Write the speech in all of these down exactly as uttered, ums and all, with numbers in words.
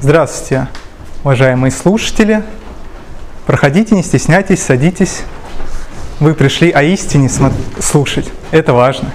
Здравствуйте, уважаемые слушатели. Проходите, не стесняйтесь, садитесь. Вы пришли о истине слушать. Это важно.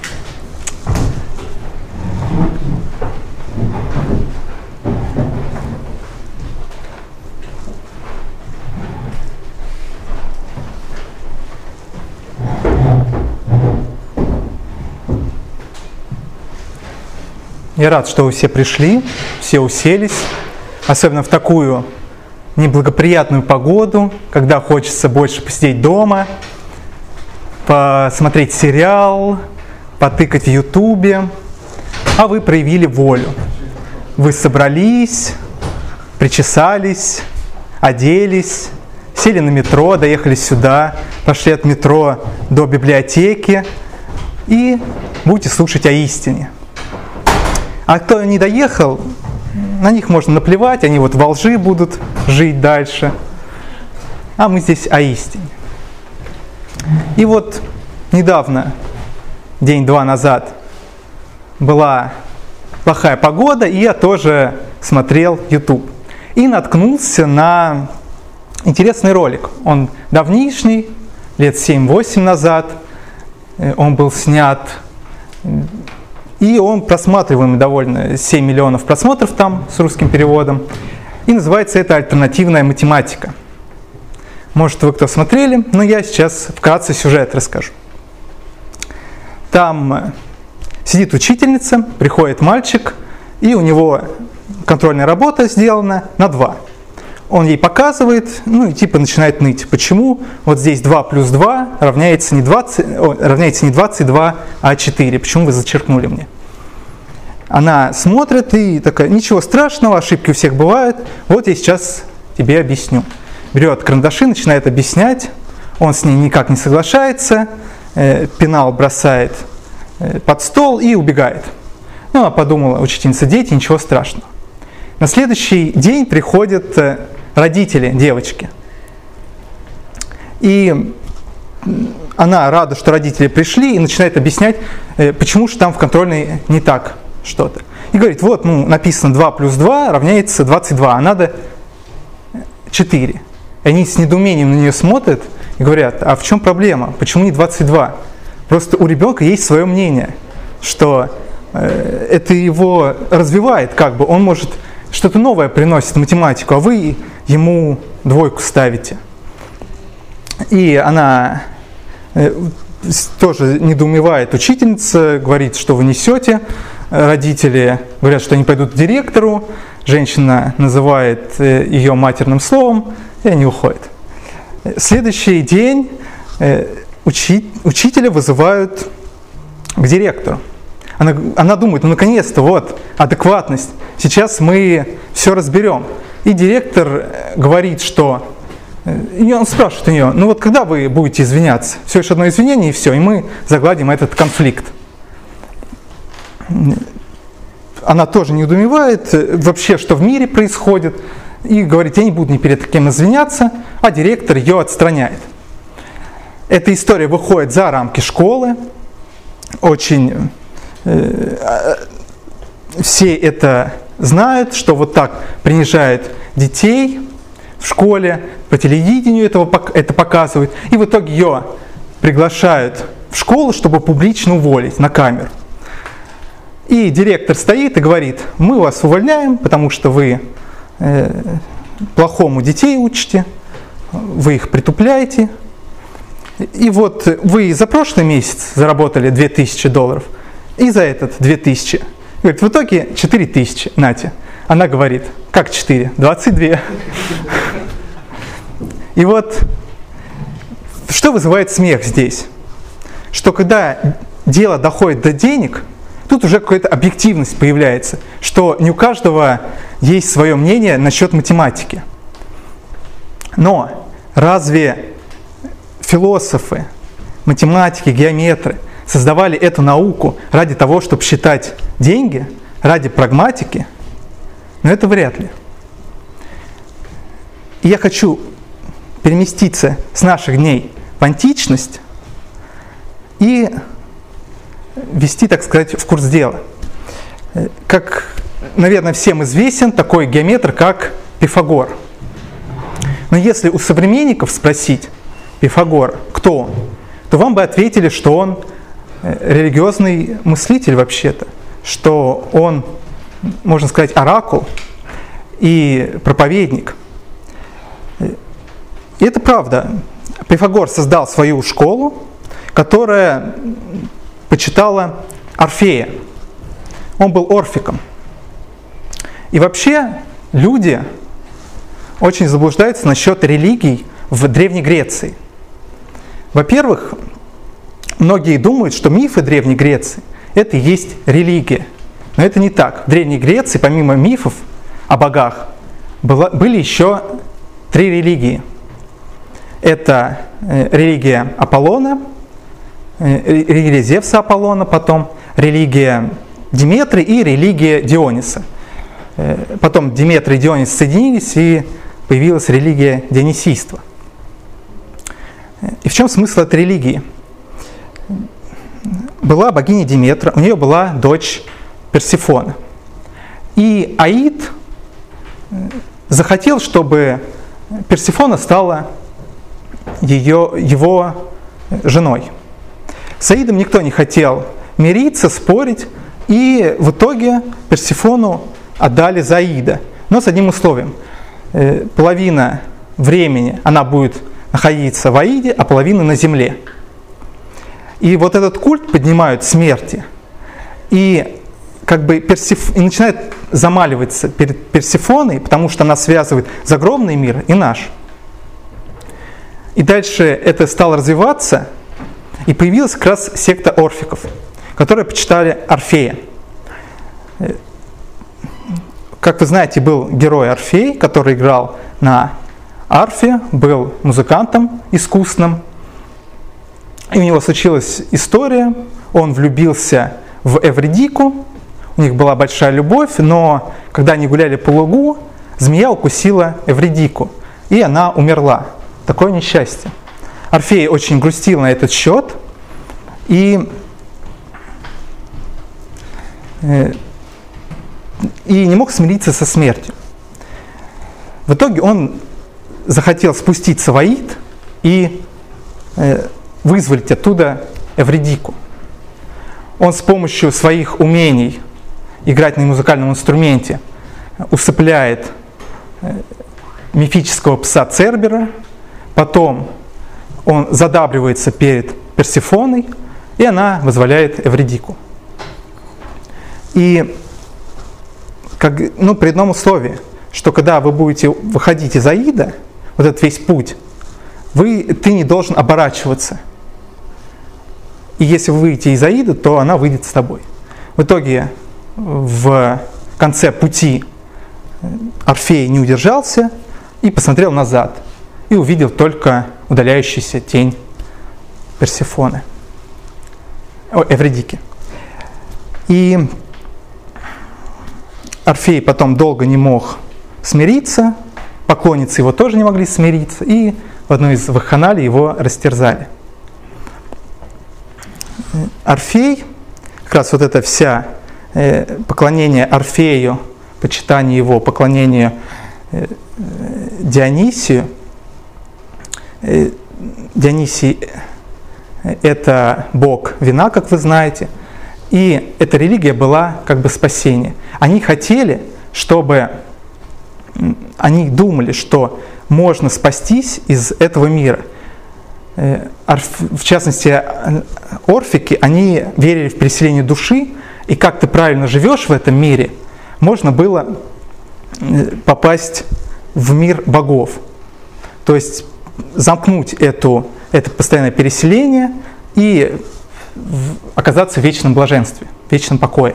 Я рад, что вы все пришли, все уселись, особенно в такую неблагоприятную погоду, когда хочется больше посидеть дома, посмотреть сериал, потыкать в Ютубе, а вы проявили волю. Вы собрались, причесались, оделись, сели на метро, доехали сюда, пошли от метро до библиотеки и будете слушать о истине. А кто не доехал, на них можно наплевать, они вот во лжи будут жить дальше. А мы здесь о истине. И вот недавно, день-два назад, была плохая погода, и я тоже смотрел YouTube. И наткнулся на интересный ролик. Он давнишний, лет семь-восемь назад. Он был снят... И он просматриваемый довольно, семь миллионов просмотров там с русским переводом. И называется это «Альтернативная математика». Может, вы кто смотрели, но я сейчас вкратце сюжет расскажу. Там сидит учительница, приходит мальчик, и у него контрольная работа сделана на два. Он ей показывает, ну и типа начинает ныть. Почему вот здесь два плюс два равняется не двадцать, о, равняется не двадцать два, а четыре? Почему вы зачеркнули мне? Она смотрит и такая: ничего страшного, ошибки у всех бывают, вот я сейчас тебе объясню. Берет карандаши, начинает объяснять, он с ней никак не соглашается, э, пенал бросает э, под стол и убегает. Ну, она подумала, учительница, дети, ничего страшного. На следующий день приходят э, родители девочки. И она рада, что родители пришли, и начинает объяснять, почему же там в контрольной не так что-то. И говорит, вот, ну, написано два плюс два равняется двадцать два, а надо четыре. И они с недоумением на нее смотрят и говорят, а в чем проблема? Почему не двадцать два? Просто у ребенка есть свое мнение, что э, это его развивает, как бы, он может... что-то новое приносит в математику, а вы ему двойку ставите. И она э, тоже недоумевает, учительница, говорит, что вы несете. Родители говорят, что они пойдут к директору. Женщина называет э, ее матерным словом, и они уходят. Следующий день э, учи, учителя вызывают к директору. Она, она думает, ну наконец-то, вот, адекватность. Сейчас мы все разберем. И директор говорит, что... И он спрашивает у нее, ну вот когда вы будете извиняться? Все лишь одно извинение и все, и мы загладим этот конфликт. Она тоже недоумевает вообще, что в мире происходит. И говорит, я не буду ни перед кем извиняться, а директор ее отстраняет. Эта история выходит за рамки школы. Очень... Все это знают, что вот так принижают детей в школе, по телевидению этого, это показывают. И в итоге ее приглашают в школу, чтобы публично уволить на камеру. И директор стоит и говорит, мы вас увольняем, потому что вы э, плохому детей учите, вы их притупляете. И вот вы за прошлый месяц заработали две тысячи долларов, и за этот две тысячи. Говорит, в итоге четыре тысячи, нате. Она говорит, как четыре? двадцать два. И вот, что вызывает смех здесь? Что когда дело доходит до денег, тут уже какая-то объективность появляется, что не у каждого есть свое мнение насчет математики. Но разве философы, математики, геометры создавали эту науку ради того, чтобы считать деньги, ради прагматики? Но это вряд ли. И я хочу переместиться с наших дней в античность и ввести, так сказать, в курс дела. Как наверное, всем известен такой геометр, как Пифагор. Но если у современников спросить Пифагор, кто он, то вам бы ответили, что он религиозный мыслитель вообще-то, что он, можно сказать, оракул и проповедник. И это правда. Пифагор создал свою школу, которая почитала Орфея. Он был орфиком. И вообще люди очень заблуждаются насчет религий в Древней Греции. Во-первых, многие думают, что мифы Древней Греции – это и есть религия. Но это не так. В Древней Греции, помимо мифов о богах, было, были еще три религии. Это религия Аполлона, религия Зевса Аполлона, потом религия Диметры и религия Диониса. Потом Диметра и Дионис соединились, и появилась религия дионисийства. И в чем смысл этой религии? Была богиня Диметра, у нее была дочь Персефона. И Аид захотел, чтобы Персефона стала ее, его женой. С Аидом никто не хотел мириться, спорить, и в итоге Персефону отдали за Аида, но с одним условием. Половина времени она будет находиться в Аиде, а половина на земле. И вот этот культ поднимают смерти, и как бы Персеф... и начинает замаливаться перед Персефоной, потому что она связывает загробный мир и наш. И дальше это стало развиваться, и появилась как раз секта орфиков, которые почитали Орфея. Как вы знаете, был герой Орфей, который играл на арфе, был музыкантом искусным. И у него случилась история, он влюбился в Эвридику, у них была большая любовь, но когда они гуляли по лугу, змея укусила Эвридику, и она умерла. Такое несчастье. Орфей очень грустил на этот счет, и, и не мог смириться со смертью. В итоге он захотел спуститься в Аид и вызволить оттуда Эвридику. Он с помощью своих умений играть на музыкальном инструменте усыпляет мифического пса Цербера, потом он задабривается перед Персефоной, и она вызволяет Эвридику. И как, ну, при одном условии, что когда вы будете выходить из Аида, вот этот весь путь, вы, ты не должен оборачиваться. И если вы выйдете из Аида, то она выйдет с тобой. В итоге в конце пути Орфей не удержался и посмотрел назад. И увидел только удаляющуюся тень Персефоны, о, Эвридики. И Орфей потом долго не мог смириться, поклонницы его тоже не могли смириться, и в одной из вакханалий его растерзали. Орфей, как раз вот это вся э, поклонение Орфею, почитание его, поклонение э, Дионисию. Э, Дионисий – это бог вина, как вы знаете, и эта религия была как бы спасение. Они хотели, чтобы, они думали, что можно спастись из этого мира. В частности, орфики, они верили в переселение души, и как ты правильно живешь в этом мире, можно было попасть в мир богов. То есть замкнуть эту, это постоянное переселение и оказаться в вечном блаженстве, в вечном покое.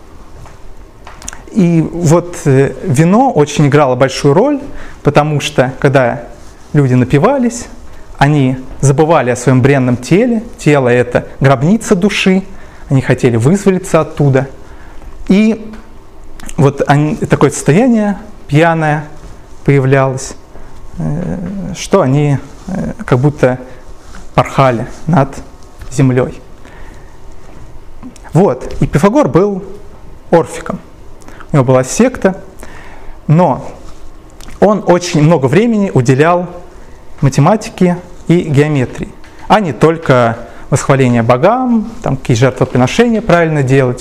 И вот вино очень играло большую роль, потому что когда люди напивались, они забывали о своем бренном теле. Тело – это гробница души. Они хотели вызволиться оттуда. И вот они, такое состояние пьяное появлялось, что они как будто порхали над землей. Вот. И Пифагор был орфиком. у него была секта, но он очень много времени уделял математике и геометрии, а не только восхваление богам, там, какие жертвоприношения правильно делать.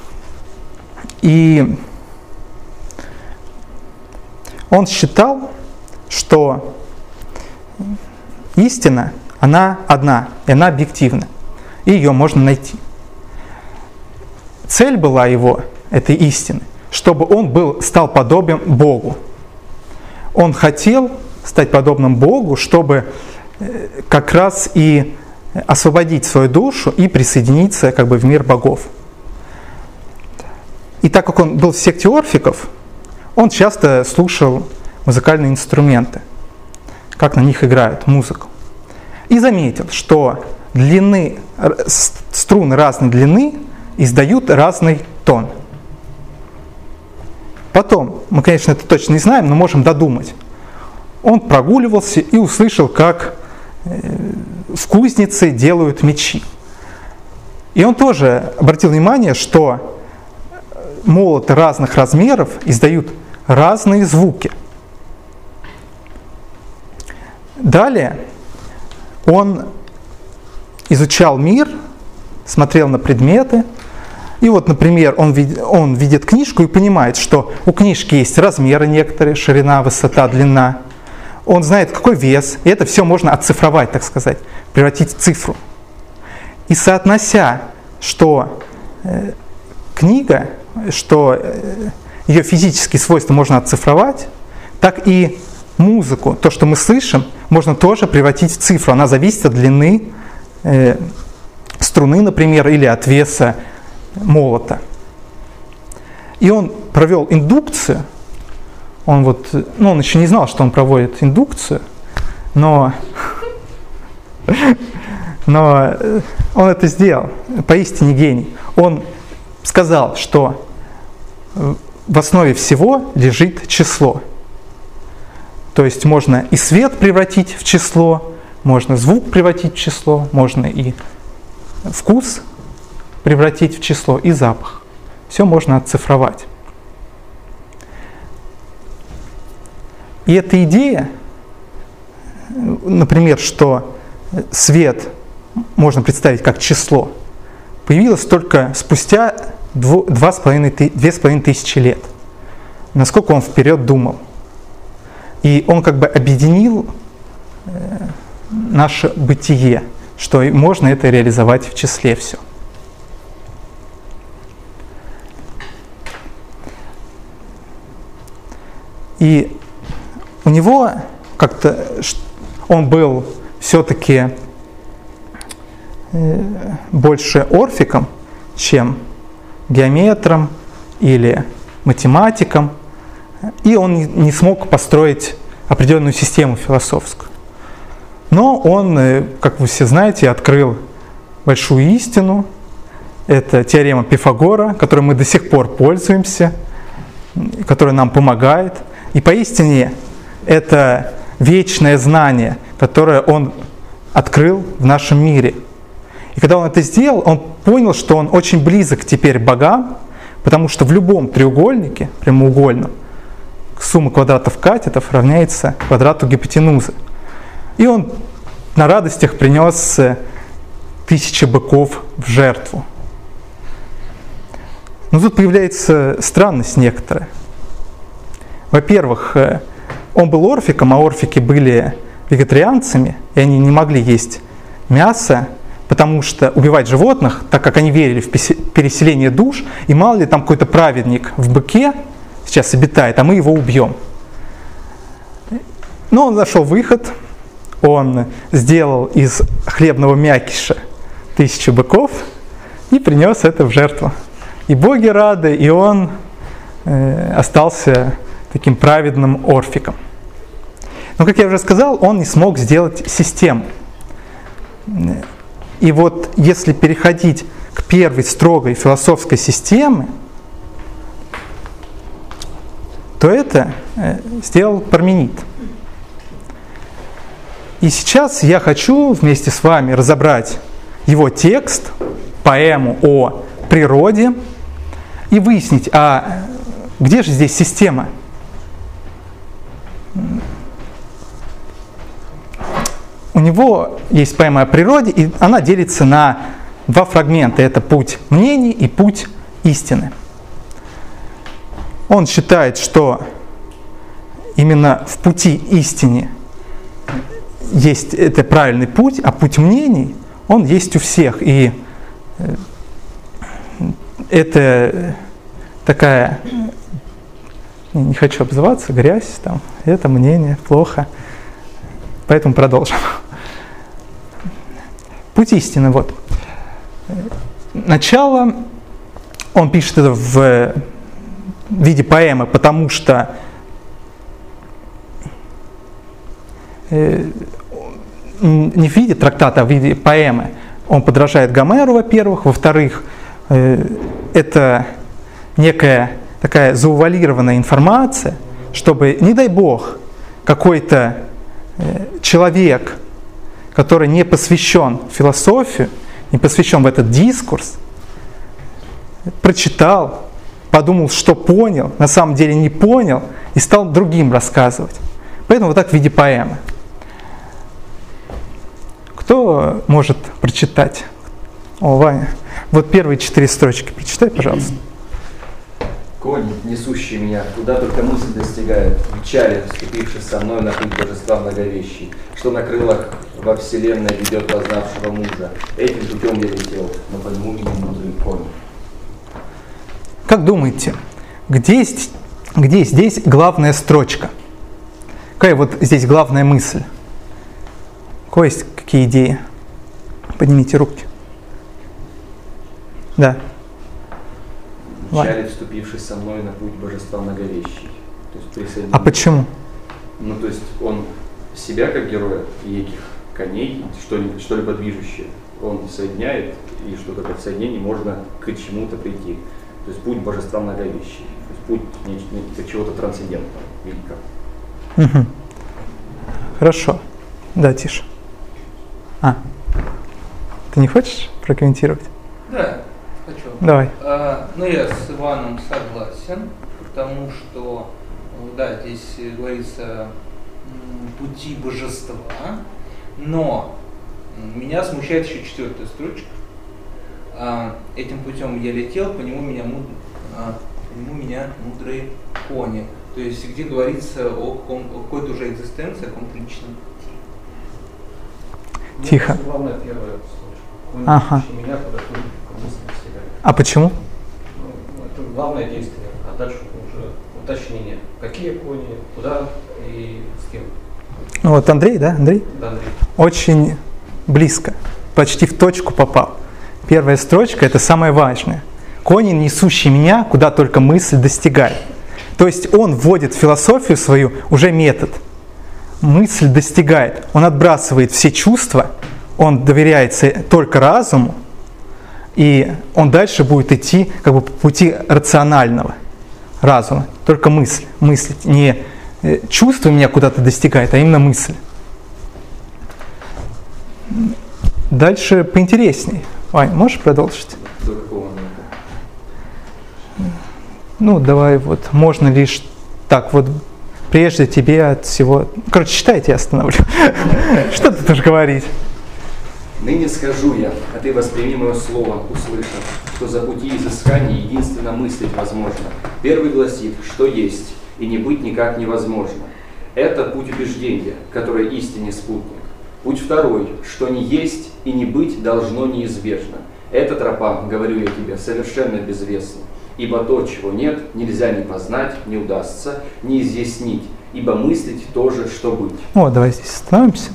И он считал, что истина, она одна, и она объективна, и ее можно найти. Цель была его, этой истины, чтобы он был, стал подобен Богу. Он хотел стать подобным Богу, чтобы как раз и освободить свою душу и присоединиться как бы в мир богов. И так как он был в секте орфиков, он часто слушал музыкальные инструменты, как на них играют музыку. И заметил, что длины, струны разной длины издают разный тон. Потом, мы, конечно, это точно не знаем, но можем додумать. Он прогуливался и услышал, как в кузнице делают мечи. И он тоже обратил внимание, что молоты разных размеров издают разные звуки. Далее он изучал мир, смотрел на предметы. И вот, например, он видит, он видит книжку и понимает, что у книжки есть размеры некоторые, ширина, высота, длина. Он знает, какой вес, и это все можно оцифровать, так сказать, превратить в цифру. И соотнося, что э, книга, что э, ее физические свойства можно оцифровать, так и музыку, то, что мы слышим, можно тоже превратить в цифру. Она зависит от длины э, струны, например, или от веса молота. И он провел индукцию. Он вот, ну, он еще не знал, что он проводит индукцию, но, но он это сделал. Поистине гений. Он сказал, что в основе всего лежит число. То есть можно и свет превратить в число, можно звук превратить в число, можно и вкус превратить в число, и запах. Все можно оцифровать. И эта идея, например, что свет можно представить как число, появилась только спустя две с половиной тысячи лет. Насколько он вперед думал. И он как бы объединил наше бытие, что можно это реализовать в числе все. И у него как-то, он был все-таки больше орфиком, чем геометром или математиком, и он не смог построить определенную систему философскую. Но он, как вы все знаете, открыл большую истину. Это теорема Пифагора, которой мы до сих пор пользуемся, которая нам помогает. И поистине это вечное знание, которое он открыл в нашем мире. И когда он это сделал, он понял, что он очень близок теперь к богам, потому что в любом треугольнике, прямоугольном, сумма квадратов катетов равняется квадрату гипотенузы. И он на радостях принес тысячи быков в жертву. Но тут появляется странность некоторая. Во-первых, он был орфиком, а орфики были вегетарианцами, и они не могли есть мясо, потому что убивать животных, так как они верили в переселение душ, и мало ли там какой-то праведник в быке сейчас обитает, а мы его убьем. Но он нашел выход, он сделал из хлебного мякиша тысячу быков и принес это в жертву. И боги рады, и он э, остался таким праведным орфиком. Но, как я уже сказал, он не смог сделать систему. И вот если переходить к первой строгой философской системе, то это сделал Парменид. И сейчас я хочу вместе с вами разобрать его текст, поэму о природе, и выяснить, а где же здесь система? У него есть поэма о природе, и она делится на два фрагмента. Это путь мнений и путь истины. Он считает, что именно в пути истины есть это правильный путь, а путь мнений, он есть у всех. И это такая, не хочу обзываться, грязь, там, это мнение, плохо. Поэтому продолжим. Путь истины, вот. Начало, он пишет это в виде поэмы, потому что не в виде трактата, а в виде поэмы. Он подражает Гомеру, во-первых. Во-вторых, это некая такая заувалированная информация, чтобы, не дай бог, какой-то человек, который не посвящен в философию, не посвящен в этот дискурс, прочитал, подумал, что понял, на самом деле не понял, и стал другим рассказывать. Поэтому вот так в виде поэмы. Кто может прочитать? О, Ваня. Вот первые четыре строчки прочитай, пожалуйста. Конь, несущий меня, куда только мысль достигает, в чале, вступивший со мной на путь божества многовещий, что на крылах во вселенной ведет познавшего мужа. Этим путем я летел, но по нему не мудрый конь. Как думаете, где, есть, где здесь главная строчка? Какая вот здесь главная мысль? У кого есть какие идеи? Поднимите руки. Да. Вначале вступивший со мной на путь божества многовещий. То есть присоединился. А почему? Ну, то есть он себя как героя и этих коней, что-либо движущее, он соединяет, и что только в соединении можно к чему-то прийти. То есть путь божества многовещий. То есть путь не, не, чего-то трансцендентного, великого. Угу. Хорошо. Да, Тише. А, ты не хочешь прокомментировать? Да, хочу. Давай. А, ну, я с Иваном согласен, потому что, да, здесь говорится пути божества, но меня смущает еще четвертая строчка. А, этим путем я летел, по нему меня, муд... а, по нему меня мудрые кони. То есть, где говорится о, каком, о какой-то уже экзистенции, о каком-то личном пути. Тихо. Мне главное первое строчка. Ага. Меня куда мысли достигает. А почему? Ну, это главное действие, а дальше уже уточнение. Какие кони, куда и с кем. Ну вот Андрей, да? Андрей? Да, Андрей. Очень близко, почти в точку попал. Первая строчка – это самое важное. Кони, несущие меня, куда только мысль достигает. То есть он вводит в философию свою уже метод. Мысль достигает. Он отбрасывает все чувства, он доверяется только разуму, и он дальше будет идти как бы по пути рационального разума. Только мысль. Мыслить. Не чувство меня куда-то достигает, а именно мысль. Дальше поинтересней. Вань, можешь продолжить? До какого момента? Ну, давай вот, можно лишь так вот, прежде тебе от всего... Короче, читайте, я остановлю. Что ты будешь говорить? Ныне скажу я, а ты восприми мое слово, услышав, что за пути изыскания единственно мыслить возможно. Первый гласит, что есть, и не быть никак невозможно. Это путь убеждения, который истине спутник. Путь второй, что не есть и не быть должно неизбежно. Эта тропа, говорю я тебе, совершенно безвестна. Ибо то, чего нет, нельзя ни познать, не удастся, не изъяснить. Ибо мыслить тоже, что быть. О, давай здесь остановимся.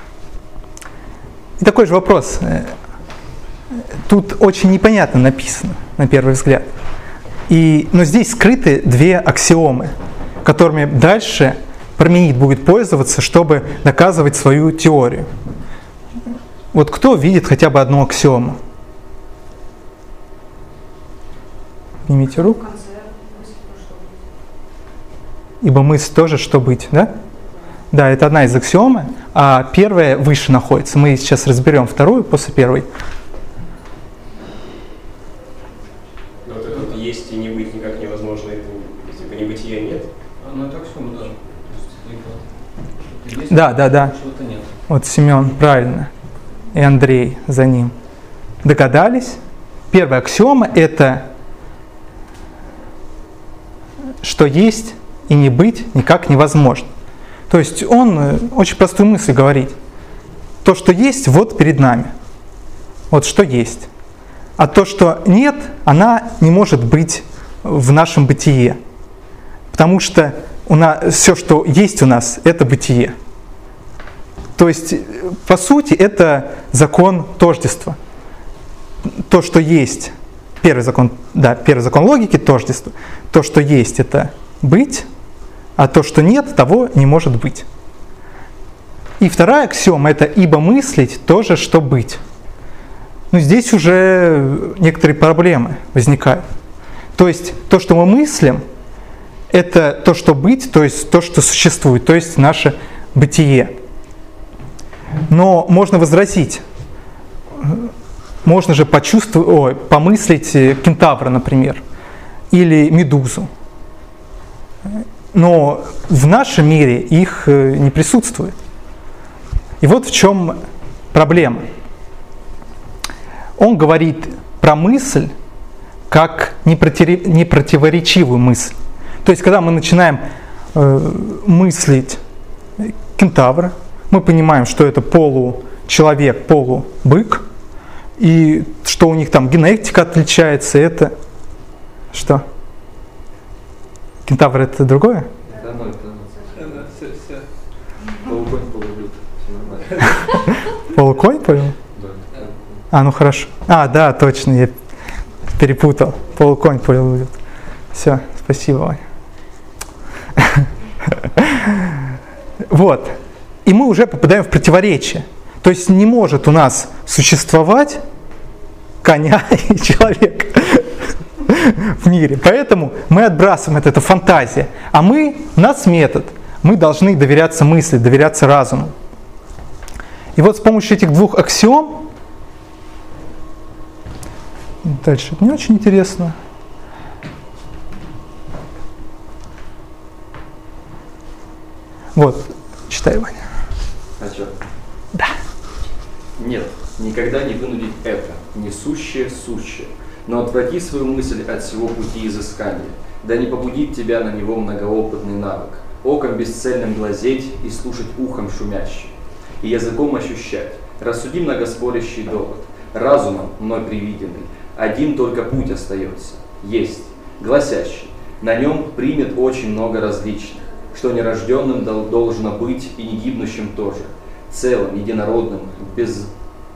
И такой же вопрос. Тут очень непонятно написано, на первый взгляд. И, но здесь скрыты две аксиомы, которыми дальше Парменид будет пользоваться, чтобы доказывать свою теорию. Вот кто видит хотя бы одну аксиому? Поднимите руку. Ибо мысль тоже, что быть, да? Да, это одна из аксиомы, а первая выше находится. Мы сейчас разберем вторую после первой. Но вот это вот есть и не быть никак невозможно, это Типа небытия нет. Ну это аксиома, да. То есть, либо что-то есть, Да, да, да. что-то нет. Вот Семен, правильно. И Андрей за ним. Догадались? Первая аксиома – это что есть и не быть никак невозможно. То есть он очень простую мысль говорит. То, что есть, вот перед нами. Вот что есть. А то, что нет, она не может быть в нашем бытие. Потому что у нас, все, что есть у нас, это бытие. То есть, по сути, это закон тождества. То, что есть, первый закон, да, первый закон логики – тождество. То, что есть – это быть, а то, что нет, того не может быть. И вторая аксиома – это «ибо мыслить – то же, что быть». Но здесь уже некоторые проблемы возникают. То есть, то, что мы мыслим, это то, что быть, то есть то, что существует, то есть наше бытие. Но можно возразить, можно же почувствовать, ой, помыслить кентавра, например, или медузу. Но в нашем мире их не присутствует. И вот в чем проблема. Он говорит про мысль как непротиворечивую мысль. То есть, когда мы начинаем э, мыслить кентавра, мы понимаем, что это получеловек, полубык, и что у них там генетика отличается, это что? Кентавр это другое? Да, ну это Да, все, все. полуконь, полублюд. Все нормально. Полуконь, понял? Да. А, ну хорошо. А, да, точно, я перепутал. Полуконь, полублюд. Все, спасибо, Ваня. Вот. И мы уже попадаем в противоречие. То есть не может у нас существовать коня и человек в мире. Поэтому мы отбрасываем это, это фантазия. А мы, у нас метод. Мы должны доверяться мысли, доверяться разуму. И вот с помощью этих двух аксиом, дальше это не очень интересно. Вот, читай, Ваня. А что? Да. Нет, никогда не вынудить это, несущее сущее. Но отврати свою мысль от всего пути изыскания, да не побудит тебя на него многоопытный навык. Оком бесцельным глазеть и слушать ухом шумящим, и языком ощущать. Рассуди многоспорящий довод, разумом мной привиденный. Один только путь остается, есть, гласящий. На нем примет очень много различных, что нерожденным должно быть и не гибнущим тоже, целым, единородным, без,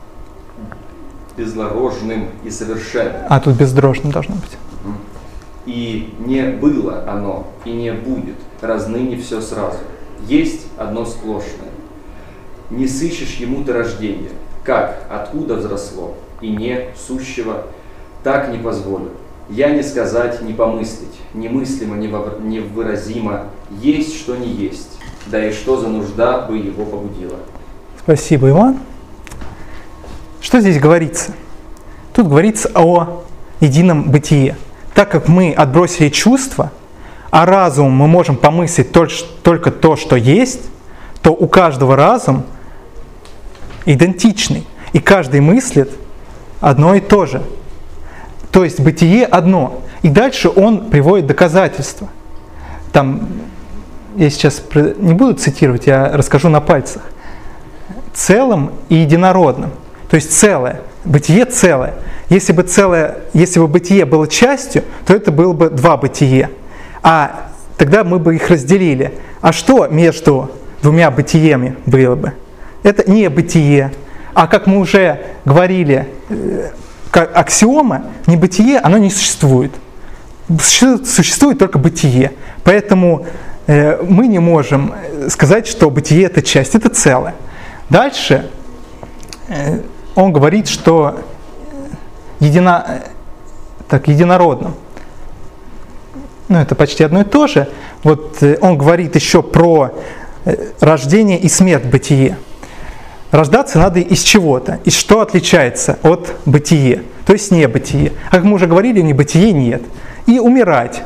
безложным и совершенным. А тут бездрожно должно быть. И не было оно, и не будет, разныне все сразу. Есть одно сплошное. Не сыщешь ему ты рождения, как, откуда взросло, и не сущего, так не позволю. Я не сказать, не помыслить, немыслимо, невыразимо, есть, что не есть, да и что за нужда бы его побудила. Спасибо, Иван. Что здесь говорится? Тут говорится о едином бытие. Так как мы отбросили чувства, а разумом мы можем помыслить только то, что есть, то у каждого разум идентичный, и каждый мыслит одно и то же. То есть бытие одно. И дальше он приводит доказательства. Там, я сейчас не буду цитировать, я расскажу на пальцах. Целым и единородным. То есть целое. Бытие целое. Если бы целое, если бы бытие было частью, то это было бы два бытия. А тогда мы бы их разделили. А что между двумя бытиями было бы? Это не бытие. А как мы уже говорили, как аксиома, небытие, оно не существует. Существует только бытие. Поэтому э, мы не можем сказать, что бытие это часть, это целое. Дальше э, он говорит, что едино, так, единородным. Ну, это почти одно и то же. Вот э, он говорит еще про э, рождение и смерть бытие. Рождаться надо из чего-то. И что отличается от бытия, то есть небытие. А как мы уже говорили, небытие нет. И умирать.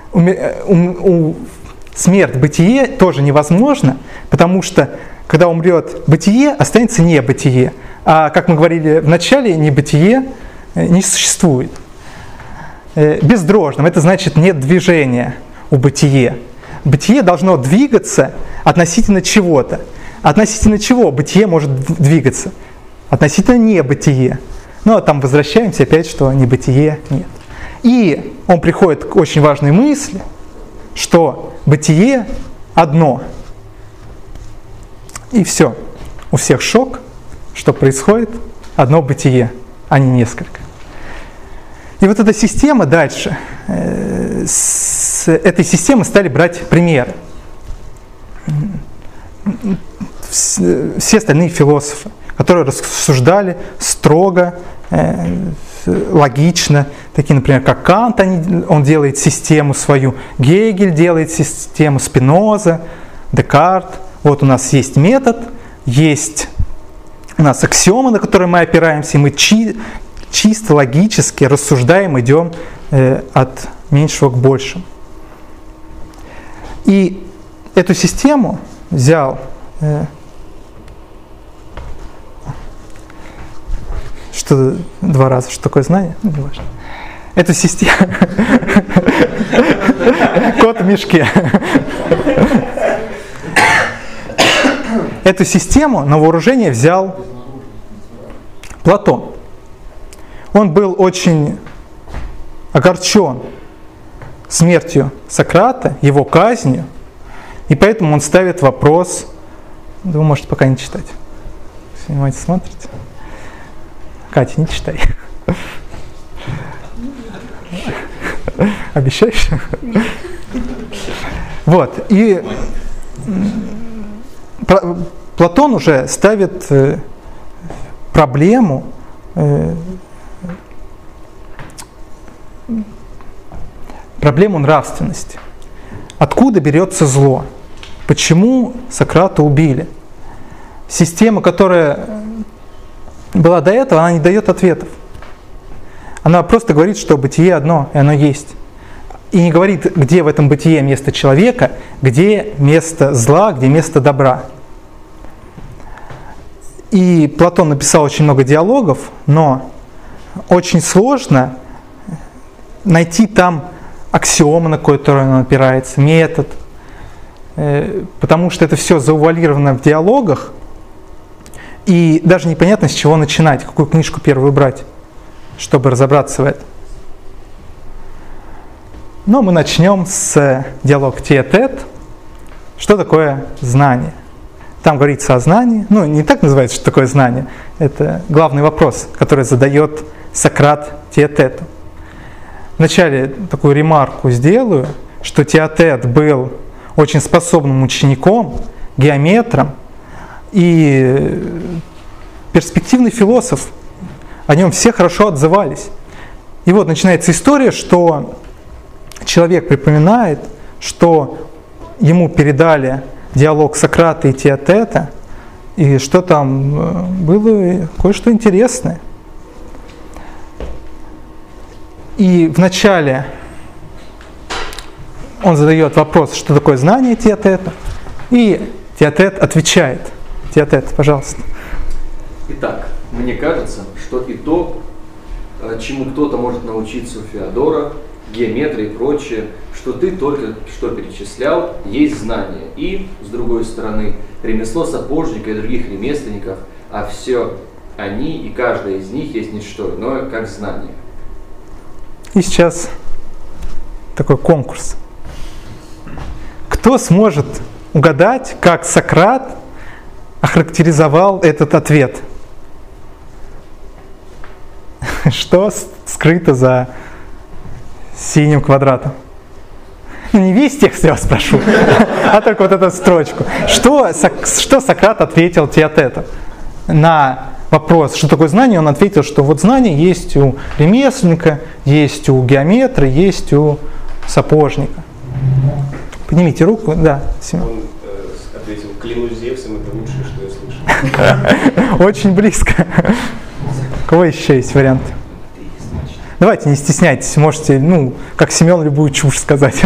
у, у, смерть, бытие тоже невозможно, потому что когда умрет бытие, останется небытие. А как мы говорили в начале, небытие не существует. Бездрожным — это значит нет движения у бытие. Бытие должно двигаться относительно чего-то. Относительно чего бытие может двигаться? Относительно небытие. Ну а там возвращаемся опять, что небытие нет. И он приходит к очень важной мысли, что бытие одно. И все. У всех шок, что происходит одно бытие, а не несколько. И вот эта система дальше, э, с этой системы стали брать примеры. Все остальные философы, которые рассуждали строго, э, логично, такие, например, как Кант, они, он делает систему свою, Гегель делает систему, Спиноза, Декарт. Вот у нас есть метод, есть у нас аксиомы, на которые мы опираемся, и мы чи, чисто логически рассуждаем, идем э, от меньшего к большему. И эту систему взял э, что два раза, что такое знание? Ну, не важно. Эту систему... Кот в мешке. Эту систему на вооружение взял Платон. Он был очень огорчен смертью Сократа, его казнью, и поэтому он ставит вопрос, да вы можете пока не читать, если внимательно смотрите. Катя, не читай. Обещаешь? Вот, и Платон уже ставит проблему проблему нравственности. Откуда берется зло? Почему Сократа убили? Система, которая была до этого, она не дает ответов. Она просто говорит, что бытие одно, и оно есть. И не говорит, где в этом бытие место человека, где место зла, где место добра. И Платон написал очень много диалогов, но очень сложно найти там аксиомы, на которые он опирается, метод, потому что это все заувалировано в диалогах, и даже непонятно, с чего начинать, какую книжку первую брать, чтобы разобраться в этом. Но мы начнем с диалога тет-а-тет. Что такое знание? Там говорится о знании. Ну, не так называется, что такое знание. Это главный вопрос, который задает Сократ тет-а-тету. Вначале такую ремарку сделаю, что Тет-а-тет был очень способным учеником, геометром и перспективный философ. О нем все хорошо отзывались. И вот начинается история, что человек припоминает, что ему передали диалог Сократа и Тет-а-тета, и что там было кое-что интересное. И вначале он задает вопрос, что такое знание Тет-а-тета, и Тет-а-тет отвечает. Тет-а-тет, пожалуйста. Итак, мне кажется, что и то, чему кто-то может научиться у Феодора, геометрия и прочее, что ты только что перечислял, есть знание. И, с другой стороны, ремесло сапожника и других ремесленников, а все они и каждая из них есть не что иное, как знание. И сейчас такой конкурс. Кто сможет угадать, как Сократ охарактеризовал этот ответ? Что скрыто за синим квадратом? Ну, не весь текст я вас спрошу, а только вот эту строчку. Что, что Сократ ответил Тет-а-тету на вопрос, что такое знание? Он ответил, что вот знание есть у ремесленника, есть у геометра, есть у сапожника. Поднимите руку, да, Семен. Он э, ответил: клянусь Зевсом, это лучшее, что я слышал. Очень близко. У кого еще есть вариант? Давайте, не стесняйтесь, можете, ну, как Семен, любую чушь сказать.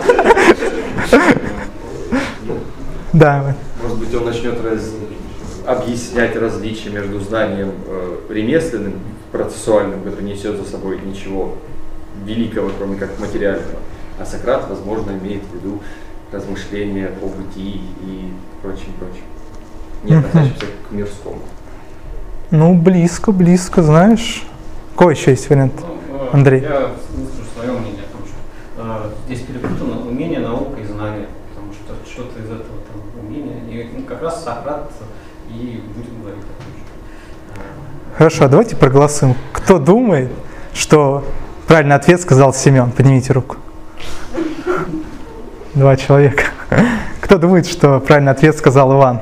Да. Может быть, он начнет раз... объяснять различия между знанием э, ремесленным, процессуальным, который не несет за собой ничего великого, кроме как материального. А Сократ, возможно, имеет в виду размышления о бытии и прочем, прочем. Не относящимся к мирскому. Ну, близко, близко, знаешь. Какой еще есть вариант, Ну, Андрей? Я выскажу свое мнение о том, что э, здесь перепутано умение, наука и знание. Потому что что-то из этого там, умения. И ну, как раз Сократ и будет говорить о том, что... Хорошо, а давайте проголосуем. Кто думает, что правильный ответ сказал Семен? Поднимите руку. Два человека. Кто думает, что правильный ответ сказал Иван?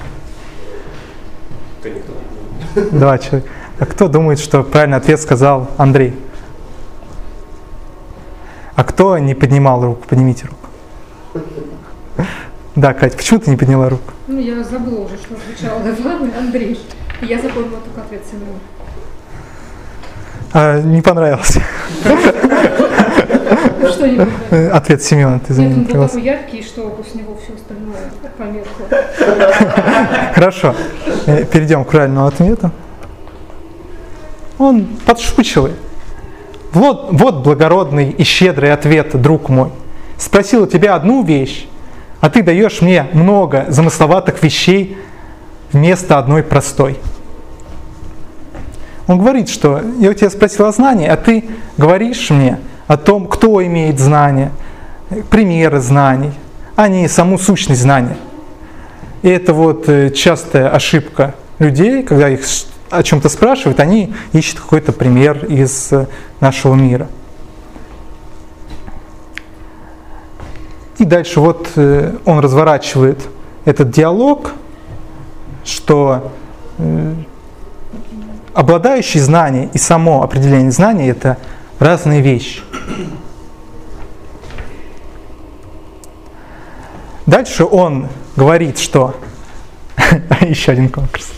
Это никто. Два человека. А кто думает, что правильный ответ сказал Андрей? А кто не поднимал руку? Поднимите руку. Да, Катя, почему ты не подняла руку? Ну, я забыла уже, что отвечала Иван и Андрей. И я запомнила только ответ Семена. А, не понравился. Что не понравилось? Ответ Семена, ты за Нет, он ним был проголосовал. такой яркий, что после него все остальное померкло. Хорошо, Э, перейдем к правильному ответу. Он подшучивает. Вот, вот благородный и щедрый ответ, друг мой. Спросил у тебя одну вещь, а ты даешь мне много замысловатых вещей вместо одной простой. Он говорит, что я у тебя спросил о знании, а ты говоришь мне о том, кто имеет знания, примеры знаний, а не саму сущность знания. И это вот частая ошибка людей, когда их о чем-то спрашивают, они ищут какой-то пример из нашего мира. И дальше вот он разворачивает этот диалог, что обладающий знанием и само определение знания – это разные вещи. Дальше он говорит, что... Еще один конкурс.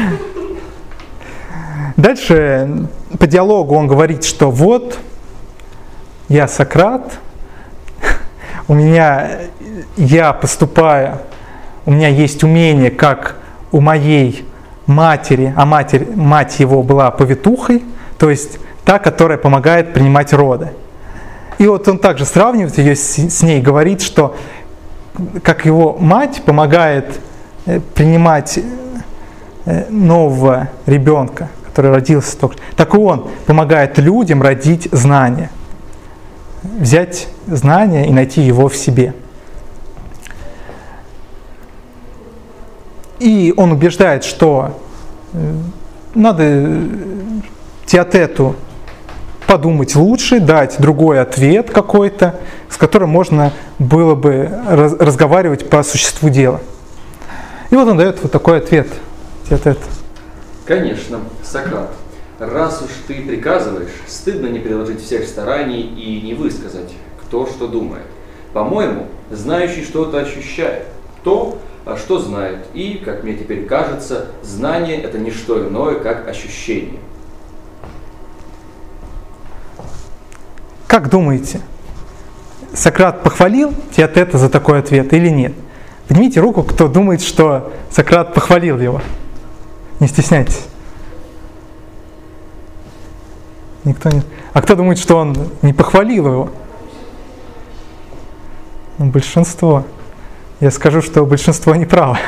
Дальше по диалогу он говорит, что вот я Сократ, у меня, я поступаю, у меня есть умение, как у моей матери, а матерь, мать его была повитухой, то есть та, которая помогает принимать роды. И вот он также сравнивает ее с, с ней, говорит, что как его мать помогает принимать нового ребенка, который родился только, так и он помогает людям родить знания, взять знания и найти его в себе. И он убеждает, что надо Теотету подумать лучше, дать другой ответ какой-то, с которым можно было бы раз- разговаривать по существу дела. И вот он дает вот такой ответ Теотету. Конечно, Сократ, раз уж ты приказываешь, стыдно не приложить всех стараний и не высказать, кто что думает. По-моему, знающий что-то ощущает, то, что знает. И, как мне теперь кажется, знание – это не что иное, как ощущение. Как думаете, Сократ похвалил Теотета за такой ответ или нет? Поднимите руку, кто думает, что Сократ похвалил его. Не стесняйтесь. Никто не... А кто думает, что он не похвалил его? Ну, большинство. Я скажу, что большинство неправо.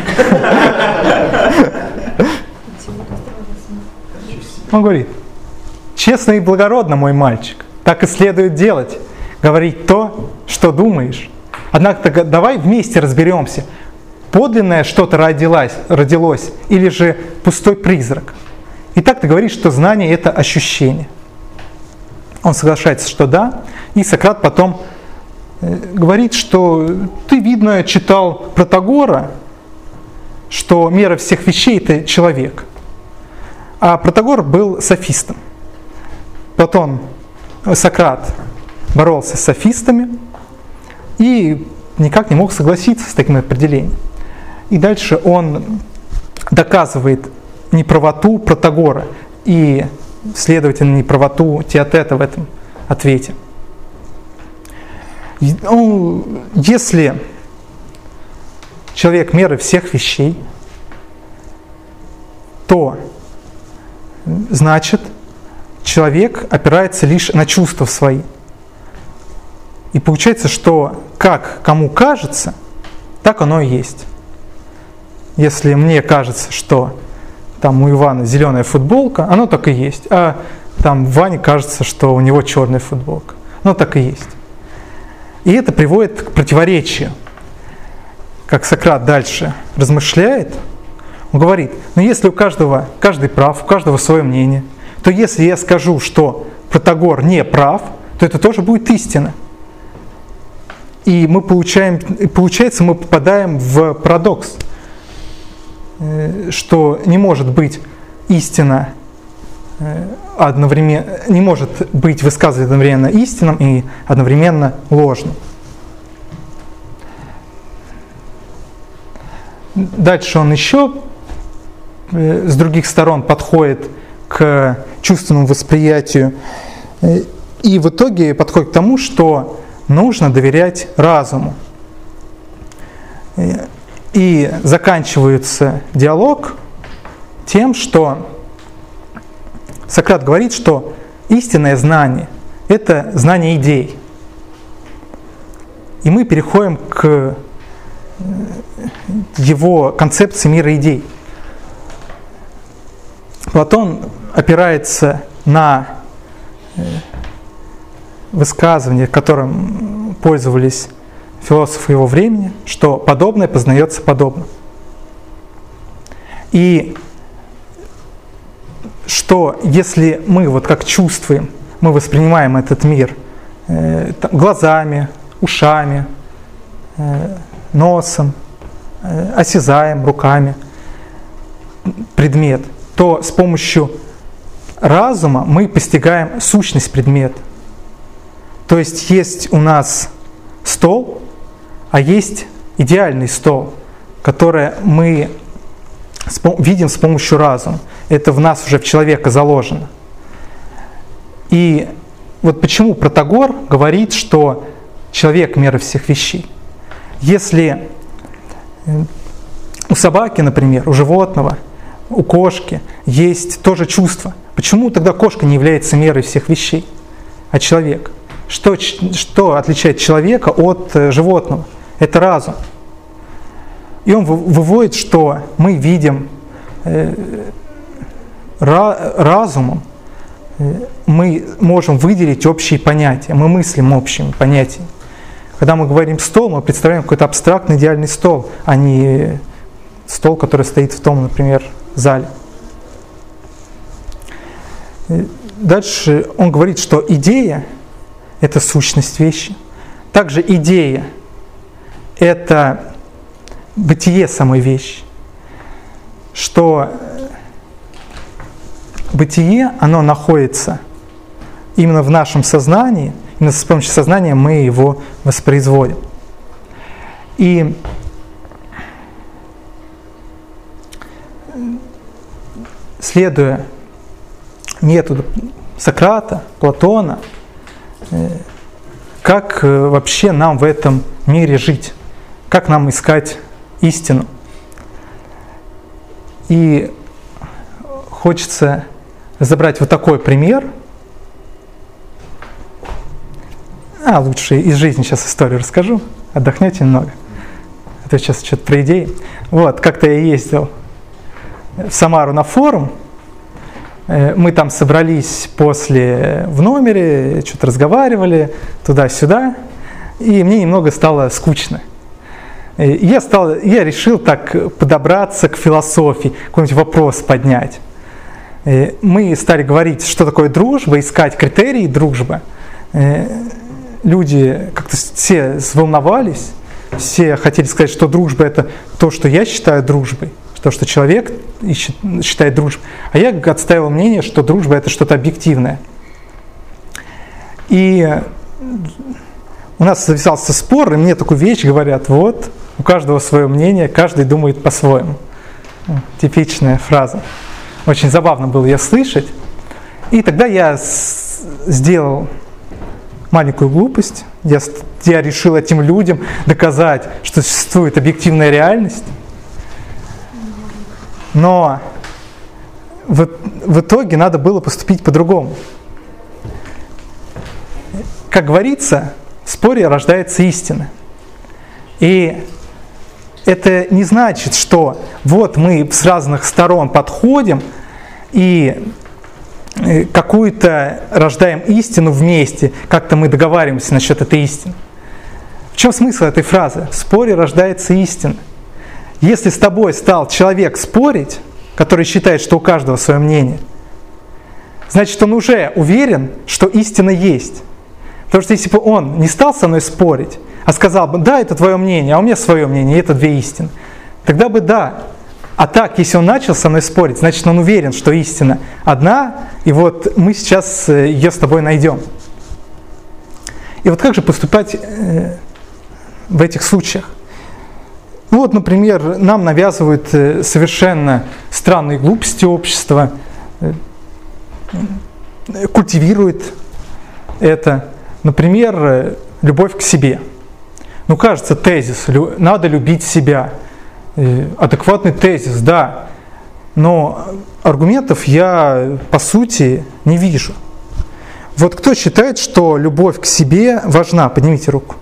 Он говорит: честно и благородно, мой мальчик, так и следует делать, говорить то, что думаешь. Однако давай вместе разберемся, подлинное что-то родилось, родилось или же пустой призрак. Итак, ты говоришь, что знание – это ощущение. Он соглашается, что да, и Сократ потом говорит, что ты, видно, читал Протагора, что мера всех вещей – это человек. А Протагор был софистом. Потом Сократ боролся с софистами и никак не мог согласиться с таким определением. И дальше он доказывает неправоту Протагора и следовательно, неправоту Теотета в этом ответе. Ну, если человек меры всех вещей, то значит человек опирается лишь на чувства свои. И получается, что как кому кажется, так оно и есть. Если мне кажется, что там у Ивана зеленая футболка, оно так и есть. А там Ване кажется, что у него черная футболка. Оно так и есть. И это приводит к противоречию. Как Сократ дальше размышляет, он говорит, ну если у каждого, каждый прав, у каждого свое мнение, то если я скажу, что Протагор не прав, то это тоже будет истина. И мы получаем, получается, мы попадаем в парадокс, что не может быть истина одновременно, не может быть высказывание одновременно истинным и одновременно ложным. Дальше он еще с других сторон подходит к чувственному восприятию и в итоге подходит к тому, что нужно доверять разуму. И заканчивается диалог тем, что Сократ говорит, что истинное знание – это знание идей. И мы переходим к его концепции мира идей. Платон опирается на высказывание, которым пользовались философы его времени, что подобное познается подобным. И что если мы вот как чувствуем, мы воспринимаем этот мир э, там, глазами, ушами, э, носом, э, осязаем руками предмет, то с помощью разума мы постигаем сущность предмета. То есть есть у нас стол, а есть идеальный стол, который мы видим с помощью разума. Это в нас уже в человека заложено. И вот почему Протагор говорит, что человек – мера всех вещей. Если у собаки, например, у животного, у кошки есть тоже чувство, почему тогда кошка не является мерой всех вещей, а человек? Что, что отличает человека от животного? Это разум. И он выводит, что мы видим э, разумом, э, мы можем выделить общие понятия, мы мыслим общими понятиями. Когда мы говорим «стол», мы представляем какой-то абстрактный идеальный стол, а не стол, который стоит в том, например, зале. Дальше он говорит, что идея – это сущность вещи. Также идея – это бытие самой вещи. Что бытие, оно находится именно в нашем сознании, именно с помощью сознания мы его воспроизводим. И следуя методу Сократа, Платона, как вообще нам в этом мире жить, как нам искать истину. И хочется разобрать вот такой пример. А, лучше из жизни сейчас историю расскажу, отдохнете немного. А то сейчас что-то про идеи. Вот, как-то я ездил в Самару на форум. Мы там собрались после в номере, что-то разговаривали туда-сюда, и мне немного стало скучно. И я, стал, я решил так подобраться к философии, какой-нибудь вопрос поднять. И мы стали говорить, что такое дружба, искать критерии дружбы. И люди как-то все волновались, все хотели сказать, что дружба – это то, что я считаю дружбой. То, что человек ищет, считает дружбой. А я отстаивал мнение, что дружба – это что-то объективное. И у нас завязался спор, и мне такую вещь говорят: вот, у каждого свое мнение, каждый думает по-своему. Типичная фраза. Очень забавно было ее слышать. И тогда я с- сделал маленькую глупость. Я, с- я решил этим людям доказать, что существует объективная реальность. Но в, в итоге надо было поступить по-другому. Как говорится, в споре рождается истина. И это не значит, что вот мы с разных сторон подходим и какую-то рождаем истину вместе, как-то мы договариваемся насчет этой истины. В чем смысл этой фразы? В споре рождается истина. Если с тобой стал человек спорить, который считает, что у каждого свое мнение, значит, он уже уверен, что истина есть. Потому что если бы он не стал со мной спорить, а сказал бы, да, это твое мнение, а у меня свое мнение, и это две истины, тогда бы да. А так, если он начал со мной спорить, значит, он уверен, что истина одна, и вот мы сейчас ее с тобой найдем. И вот как же поступать э, в этих случаях? Ну вот, например, нам навязывают э, совершенно странные глупости общества, э, э, культивирует это. Например, э, любовь к себе. Ну, кажется, тезис лю- «надо любить себя». Адекватный тезис, да, но аргументов я, по сути, не вижу. Вот кто считает, что любовь к себе важна? Поднимите руку.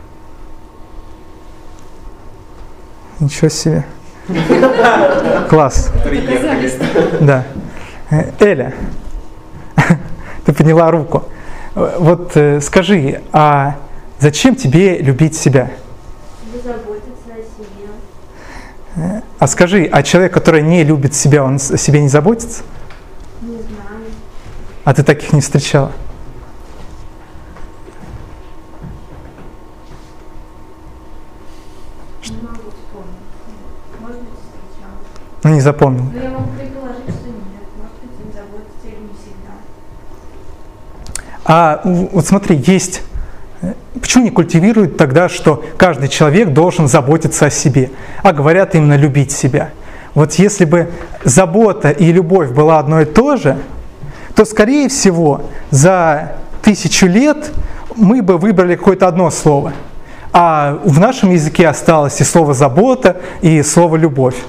Ничего себе. Класс. Да. Эля, ты подняла руку. Вот скажи, а зачем тебе любить себя? Заботиться о себе. А скажи, а человек, который не любит себя, он о себе не заботится? Не знаю. А ты таких не встречала? Не могу вспомнить. Может быть, встречала. Ну, не запомнил. Но я могу предположить, что нет. Может быть, им заботиться или не всегда. А вот смотри, есть... Почему не культивируют тогда, что каждый человек должен заботиться о себе, а говорят именно любить себя? Вот если бы забота и любовь была одно и то же, то, скорее всего, за тысячу лет мы бы выбрали какое-то одно слово. А в нашем языке осталось и слово «забота», и слово «любовь».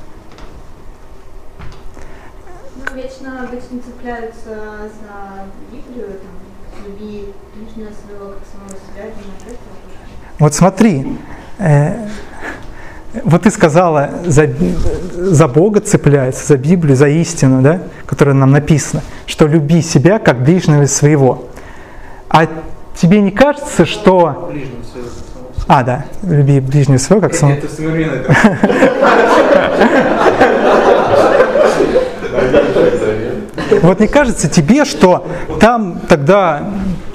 Ну, вечно обычно цепляются за Библию, там, люби ближнего своего, как самого себя, именно от этого. Вот смотри, э, вот ты сказала, за, за Бога цепляется, за Библию, за истину, да, которая нам написана, что люби себя как ближнего своего. А тебе не кажется, что... Ближнего своего, как самого себя. А, да, люби ближнего своего как самого... Это современный. Вот не кажется тебе, что там тогда